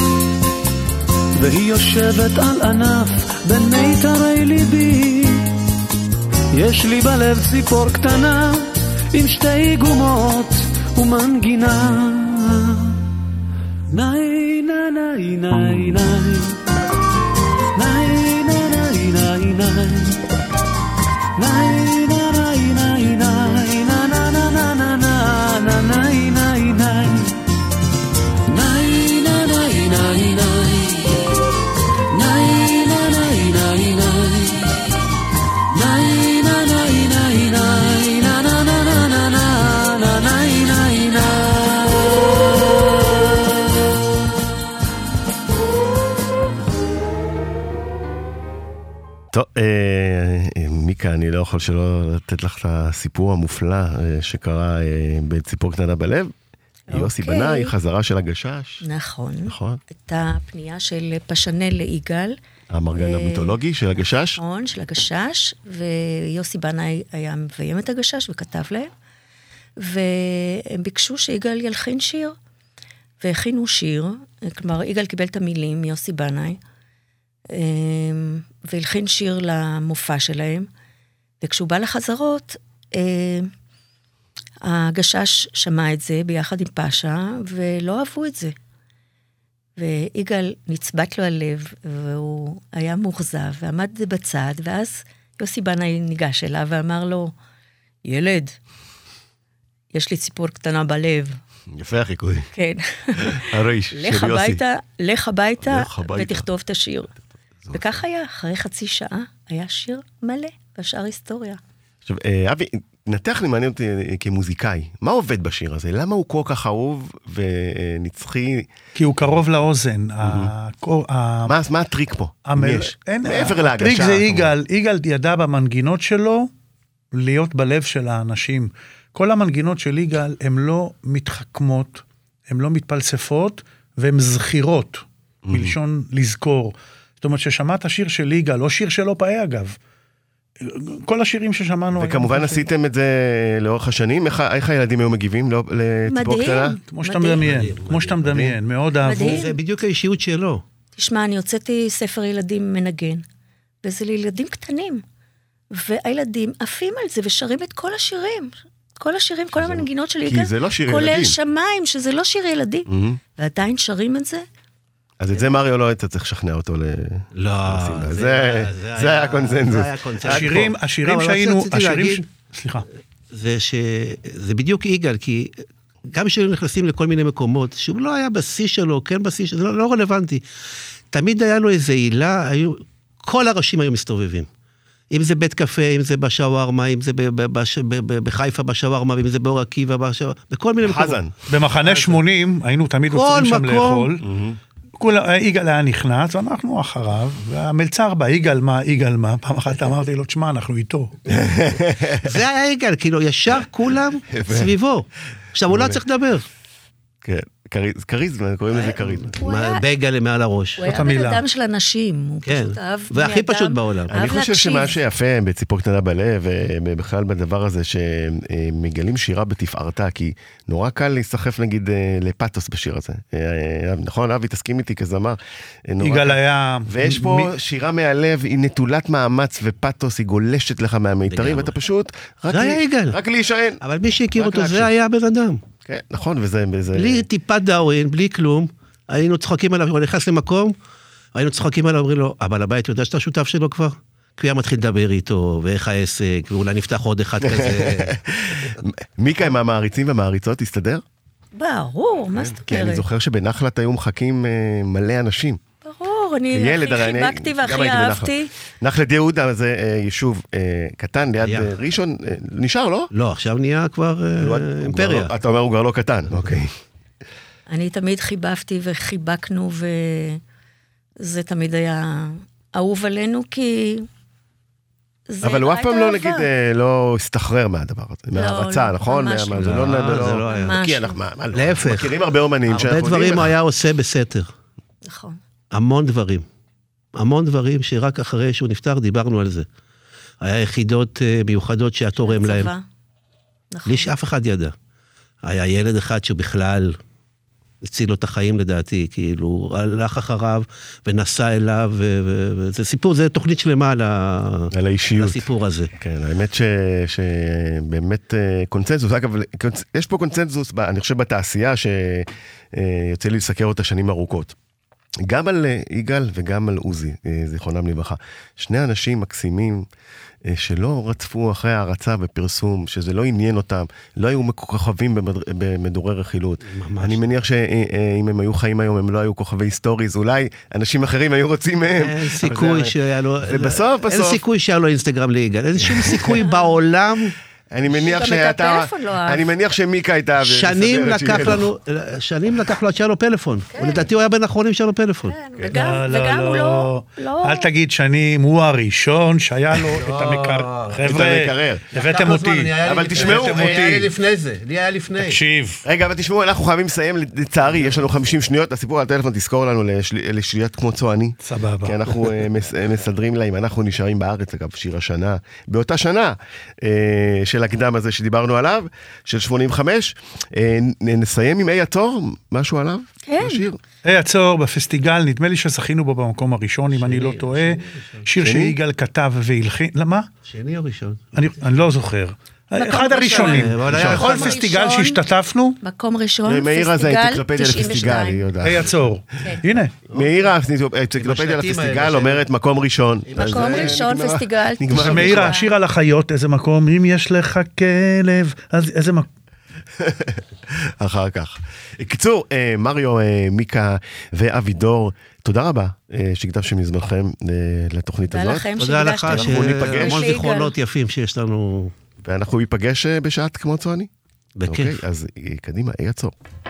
Speaker 4: והיא יושבת על ענף בין מיתרי ליבי. יש לי בלב ציפור קטנה עם שתי גומות ומנגינה. ניי ניי ניי ניי ניי
Speaker 3: טוב, מיקה, אני לא יכול שלא לתת לך את הסיפור המופלא שקרה בציפור קטנה בלב. יוסי בנאי, חזרה של הגשש.
Speaker 5: נכון.
Speaker 3: נכון.
Speaker 5: הייתה פנייה של פשנל ליגאל.
Speaker 3: המרגן המיתולוגי של הגשש.
Speaker 5: נכון, של הגשש, ויוסי בנאי היה מביים את הגשש וכתב להם, והם ביקשו שיגאל ילחין שיר, והכינו שיר, כלומר, יגאל קיבל את המילים מיוסי בנאי, והלחין שיר למופע שלהם, וכשהוא בא לחזרות, הגשש שמע את זה ביחד עם פאשה, ולא אהבו את זה. ויגאל נצבט לו הלב, והוא היה מוחזב, ועמד בצד, ואז יוסי בנאי ניגש אליו, ואמר לו, ילד, יש לי ציפור קטנה בלב.
Speaker 3: יפה החיקוי.
Speaker 5: כן.
Speaker 3: הריש של יוסי.
Speaker 5: לך הביתה ותכתוב את השיר. וכך היה, אחרי חצי שעה, היה שיר מלא, והשאר היסטוריה.
Speaker 3: עכשיו, אבי, נתח לי מעניין אותי כמוזיקאי, מה עובד בשיר הזה? למה הוא כל כך אהוב ונצחי?
Speaker 6: כי הוא קרוב לאוזן.
Speaker 3: מה הטריק פה? מעבר להגשה.
Speaker 6: הטריק זה יגאל, יגאל ידע במנגינות שלו להיות בלב של האנשים. כל המנגינות של יגאל הן לא מתחכמות, הן לא מתפלספות, והן זכירות, מלשון לזכור. זאת אומרת ששמעת שיר של יגאל, לא שיר שלא פאה אגב. כל השירים ששמענו...
Speaker 3: וכמובן עשיתם את זה לאורך השנים, איך הילדים היו מגיבים לציפור קטנה?
Speaker 6: כמו שאתה מדמיין, כמו שאתה מדמיין, מאוד אהבו.
Speaker 7: זה בדיוק האישיות שלו.
Speaker 5: תשמע, אני הוצאתי ספר ילדים מנגן, וזה לילדים קטנים, והילדים עפים על זה ושרים את כל השירים, כל השירים, כל המנגינות של יגאל,
Speaker 3: כי זה לא שיר ילדים.
Speaker 5: כולל שמיים, שזה לא שיר ילדים, ועדיין שרים את זה.
Speaker 3: אז את זה מריו לא היית צריך לשכנע אותו ל...
Speaker 7: לא,
Speaker 3: זה היה קונצנזוס.
Speaker 6: השירים, השירים שהיינו, השירים... סליחה.
Speaker 7: זה שזה בדיוק יגאל, כי גם כשהיינו נכנסים לכל מיני מקומות, שהוא לא היה בשיא שלו, כן בשיא שלו, זה לא רלוונטי. תמיד היה לו איזו עילה, כל הראשים היו מסתובבים. אם זה בית קפה, אם זה בשווארמה, אם זה בחיפה בשווארמה, אם זה באור עקיבא, בכל מיני מקומות.
Speaker 3: חזן.
Speaker 6: במחנה שמונים, היינו תמיד עוצרים שם לאכול. יגאל היה נכנס, ואנחנו אחריו, והמלצר בא, יגאל מה, יגאל מה, פעם אחת אמרתי לו, תשמע, אנחנו איתו.
Speaker 7: זה היה יגאל, כאילו, ישר כולם סביבו. עכשיו, הוא לא צריך לדבר.
Speaker 3: כן, קריזמה, קוראים לזה קריזמה.
Speaker 7: בגל מעל הראש.
Speaker 5: הוא היה בן אדם של אנשים, הוא פשוט אהב בני אדם.
Speaker 7: והכי פשוט בעולם.
Speaker 3: אני חושב שמה שיפה בציפור קטנה בלב, ובכלל בדבר הזה שמגלים שירה בתפארתה, כי נורא קל להיסחף נגיד לפאטוס בשיר הזה. נכון, אבי, תסכים איתי כזמר.
Speaker 6: יגאל היה...
Speaker 3: ויש פה שירה מהלב, היא נטולת מאמץ ופאטוס, היא גולשת לך מהמיתרים, ואתה פשוט רק להישען.
Speaker 7: אבל מי שהכיר אותו, זה היה בן אדם.
Speaker 3: כן, נכון, וזה...
Speaker 7: בלי טיפת דאווין, בלי כלום, היינו צוחקים עליו, הוא נכנס למקום, היינו צוחקים עליו, אומרים לו, אבל הבית יודע שאתה שותף שלו כבר? כי הוא היה מתחיל לדבר איתו, ואיך העסק, ואולי נפתח עוד אחד כזה.
Speaker 3: מיקה עם המעריצים והמעריצות, תסתדר?
Speaker 5: ברור, מה זאת
Speaker 3: כי אני
Speaker 5: אומרת?
Speaker 3: זוכר שבנחלת היו מחכים מלא אנשים.
Speaker 5: ברור, אני
Speaker 3: ילד,
Speaker 5: הכי
Speaker 3: הרי אני-
Speaker 5: חיבקתי
Speaker 3: גם
Speaker 5: והכי
Speaker 3: הייתי בנחל.
Speaker 5: אהבתי.
Speaker 3: נחלת יהודה זה אה, יישוב אה, קטן ליד
Speaker 7: היה.
Speaker 3: אה, ראשון, אה, נשאר, לא?
Speaker 7: לא, עכשיו נהיה כבר אה,
Speaker 3: הוא- הוא
Speaker 7: אימפריה.
Speaker 3: כבר לא- אתה אומר הוא כבר לא קטן, אוקיי.
Speaker 5: אני תמיד חיבבתי וחיבקנו, וזה תמיד היה אהוב עלינו, כי... זה
Speaker 3: אבל הוא אף
Speaker 5: הייתה
Speaker 3: פעם לא,
Speaker 5: אהבה.
Speaker 3: נגיד, אה, לא הסתחרר מהדבר הזה, מהרצה,
Speaker 5: לא,
Speaker 3: נכון?
Speaker 5: ממש
Speaker 3: מה-
Speaker 5: לא.
Speaker 3: זה לא...
Speaker 7: לא,
Speaker 3: לא-
Speaker 7: זה לא היה.
Speaker 5: ממש
Speaker 3: כי
Speaker 5: לא.
Speaker 3: אנחנו מה- מה-
Speaker 7: להפך.
Speaker 3: מכירים הרבה אומנים
Speaker 7: הרבה
Speaker 3: שאנחנו
Speaker 7: דברים
Speaker 3: יודעים
Speaker 7: הוא
Speaker 3: איך-
Speaker 7: היה עושה בסתר.
Speaker 5: נכון.
Speaker 7: המון דברים. המון דברים שרק אחרי שהוא נפטר דיברנו על זה. היה יחידות אה, מיוחדות שהיה תורם להם.
Speaker 5: צבא. נכון.
Speaker 7: בלי שאף אחד ידע. היה ילד אחד שבכלל הציל לו את החיים לדעתי, כאילו, הוא הלך אחריו ונסע אליו, ו- ו- וזה סיפור, זה תוכנית שלמה על ה-
Speaker 3: על האישיות.
Speaker 7: על הסיפור הזה.
Speaker 3: כן, האמת ש, שבאמת אה, קונצנזוס, אגב, קונצ- יש פה קונצנזוס, ב- אני חושב בתעשייה, שיוצא לי לסקר אותה שנים ארוכות. גם על אה, יגאל וגם על עוזי, אה, זיכרונם לברכה. שני אנשים מקסימים, אה, שלא רצפו אחרי הערצה ופרסום, שזה לא עניין אותם, לא היו כוכבים במד... במדורי רכילות.
Speaker 7: ממש.
Speaker 3: אני מניח שאם הם היו חיים היום, הם לא היו כוכבי סטוריז, אולי אנשים אחרים היו רוצים מהם.
Speaker 7: אין
Speaker 3: אבל
Speaker 7: סיכוי
Speaker 3: זה-
Speaker 7: שהיה לו...
Speaker 3: ובסוף,
Speaker 7: אין
Speaker 3: בסוף-
Speaker 7: סיכוי שהיה לו אינסטגרם ליגאל. אין שום סיכוי בעולם.
Speaker 3: אני מניח
Speaker 5: גם את
Speaker 3: שאתה,
Speaker 5: הפלאפון לא אהב.
Speaker 3: אני מניח שמיקה הייתה...
Speaker 7: שנים
Speaker 3: ומסדרת
Speaker 7: לקח
Speaker 3: שיהיה לו.
Speaker 7: לנו, שנים לקח לו עד שהיה לו פלאפון. ולדעתי הוא היה בין האחרונים שהיה לו פלאפון.
Speaker 5: כן, וגם, וגם הוא לא... לא...
Speaker 6: אל תגיד שנים, הוא הראשון שהיה לו את המקרר. חבר'ה,
Speaker 3: המקרר.
Speaker 6: הבאתם אותי.
Speaker 3: אבל תשמעו,
Speaker 6: הבאתם
Speaker 3: היה לי
Speaker 6: אותי.
Speaker 7: לפני זה, לי היה לפני.
Speaker 6: תקשיב.
Speaker 3: רגע, אבל תשמעו, אנחנו חייבים לסיים, לצערי, יש לנו חמישים שניות, הסיפור על הטלפון תזכור לנו לשל- לשליית כמו צועני.
Speaker 6: סבבה.
Speaker 3: כי אנחנו אה, מס- אה, מסדרים להם, אנחנו נשארים בארץ, אגב, שיר השנה, באותה שנה אה, של הקדם הזה שדיברנו עליו, של שמונים וחמש, אה, נ- נסיים עם אי התור, משהו עליו?
Speaker 5: כן.
Speaker 3: לשיר?
Speaker 6: היי עצור, בפסטיגל, נדמה לי שזכינו בו במקום הראשון, אם אני לא טועה. שיר
Speaker 3: שני?
Speaker 6: שיגאל כתב והלחין, למה?
Speaker 7: שני או ראשון?
Speaker 6: אני אני לא זוכר. אחד הראשונים.
Speaker 7: אבל היה
Speaker 6: בכל
Speaker 5: אחד
Speaker 6: פסטיגל
Speaker 5: ראשון.
Speaker 6: שהשתתפנו,
Speaker 5: מקום ראשון,
Speaker 3: מאירה זה
Speaker 5: פסטיגל
Speaker 3: האנציקלופדיה
Speaker 5: תשעים
Speaker 3: לפסטיגל, היא
Speaker 5: ושתיים.
Speaker 3: יודעת.
Speaker 6: היי עצור. הנה,
Speaker 3: מאירה, האנציקלופדיה
Speaker 7: השלטים האלה
Speaker 3: לפסטיגל
Speaker 7: של-
Speaker 3: אומרת מקום ראשון. אז
Speaker 5: מקום
Speaker 3: זה
Speaker 5: ראשון,
Speaker 3: נגמר-
Speaker 5: פסטיגל
Speaker 3: נגמר.
Speaker 5: תשעים
Speaker 6: מאירה,
Speaker 5: ושתיים.
Speaker 6: השיר על החיות, איזה מקום, אם יש לך כלב, אז איזה מקום.
Speaker 3: אחר כך. קיצור, אה, מריו, אה, מיקה ואבידור, תודה רבה אה, שהקדשתם מזמנכם אה, לתוכנית
Speaker 5: תודה
Speaker 3: הזאת.
Speaker 5: לכם
Speaker 7: תודה לך,
Speaker 5: שהקדשתם.
Speaker 3: אנחנו ניפגש.
Speaker 7: שהמון
Speaker 5: ליגאל.
Speaker 7: זיכרונות יפים שיש לנו
Speaker 3: ואנחנו ניפגש אה, בשעת כמו צועני.
Speaker 7: בכיף.
Speaker 3: אוקיי, אז אה, קדימה, אי עצור.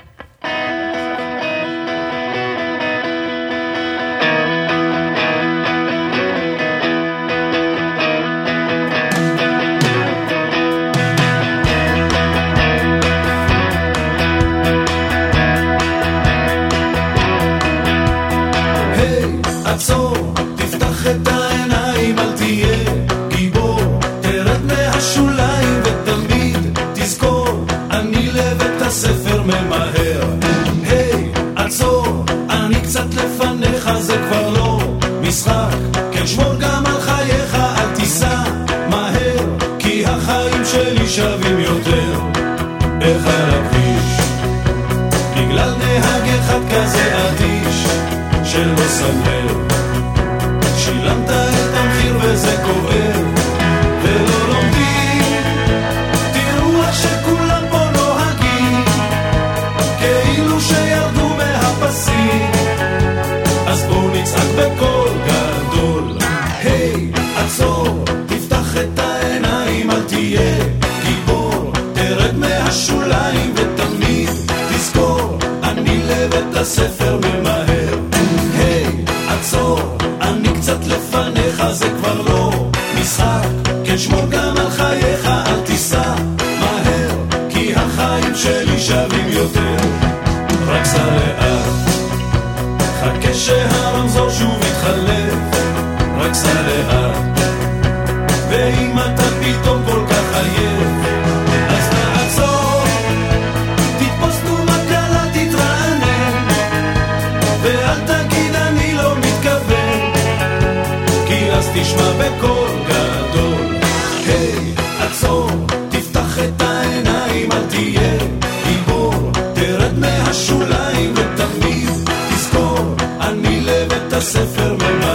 Speaker 4: היי, עצור, תפתח את העיניים, אל תהיה גיבור, תרד מהשוליים ותמיד תזכור, אני לבית הספר ממהר. היי, עצור, אני קצת לפניך, זה כבר לא משחק, כן שמור גם על חייך, אל תיסע מהר, כי החיים שלי שווים יותר. איך על הכביש, בגלל נהג אחד כזה אדיש, שלא שם לב, שילמת את המחיר וזה כואב, ולא לומדים, תראו איך שכולם פה נוהגים, כאילו שירדו מהפסים, אז בואו נצעק בקול גדול. היי, עצור, תפתח את העיניים, אל תהיה גיבור, תרד מהשוליים ותמיד תזכור, אני לבית הספר ממהר. היי, עצור, אני קצת לפניך, זה כבר לא משחק, כן שמור גם על חייך, אל תיסע מהר, כי החיים שלי שווים יותר. רק סע לאט, חכה שהרמזור שוב יתחלף, רק סע לאט, ואם אתה פתאום כל כך עייף, אז תעצור, תתפוס תנומה קלה, תתרענן, ואל תגיד אני לא מתכוון, כי אז תשמע בקול גדול. היי, עצור, תפתח את העיניים, אל תהיה גיבור, הספר ממלא.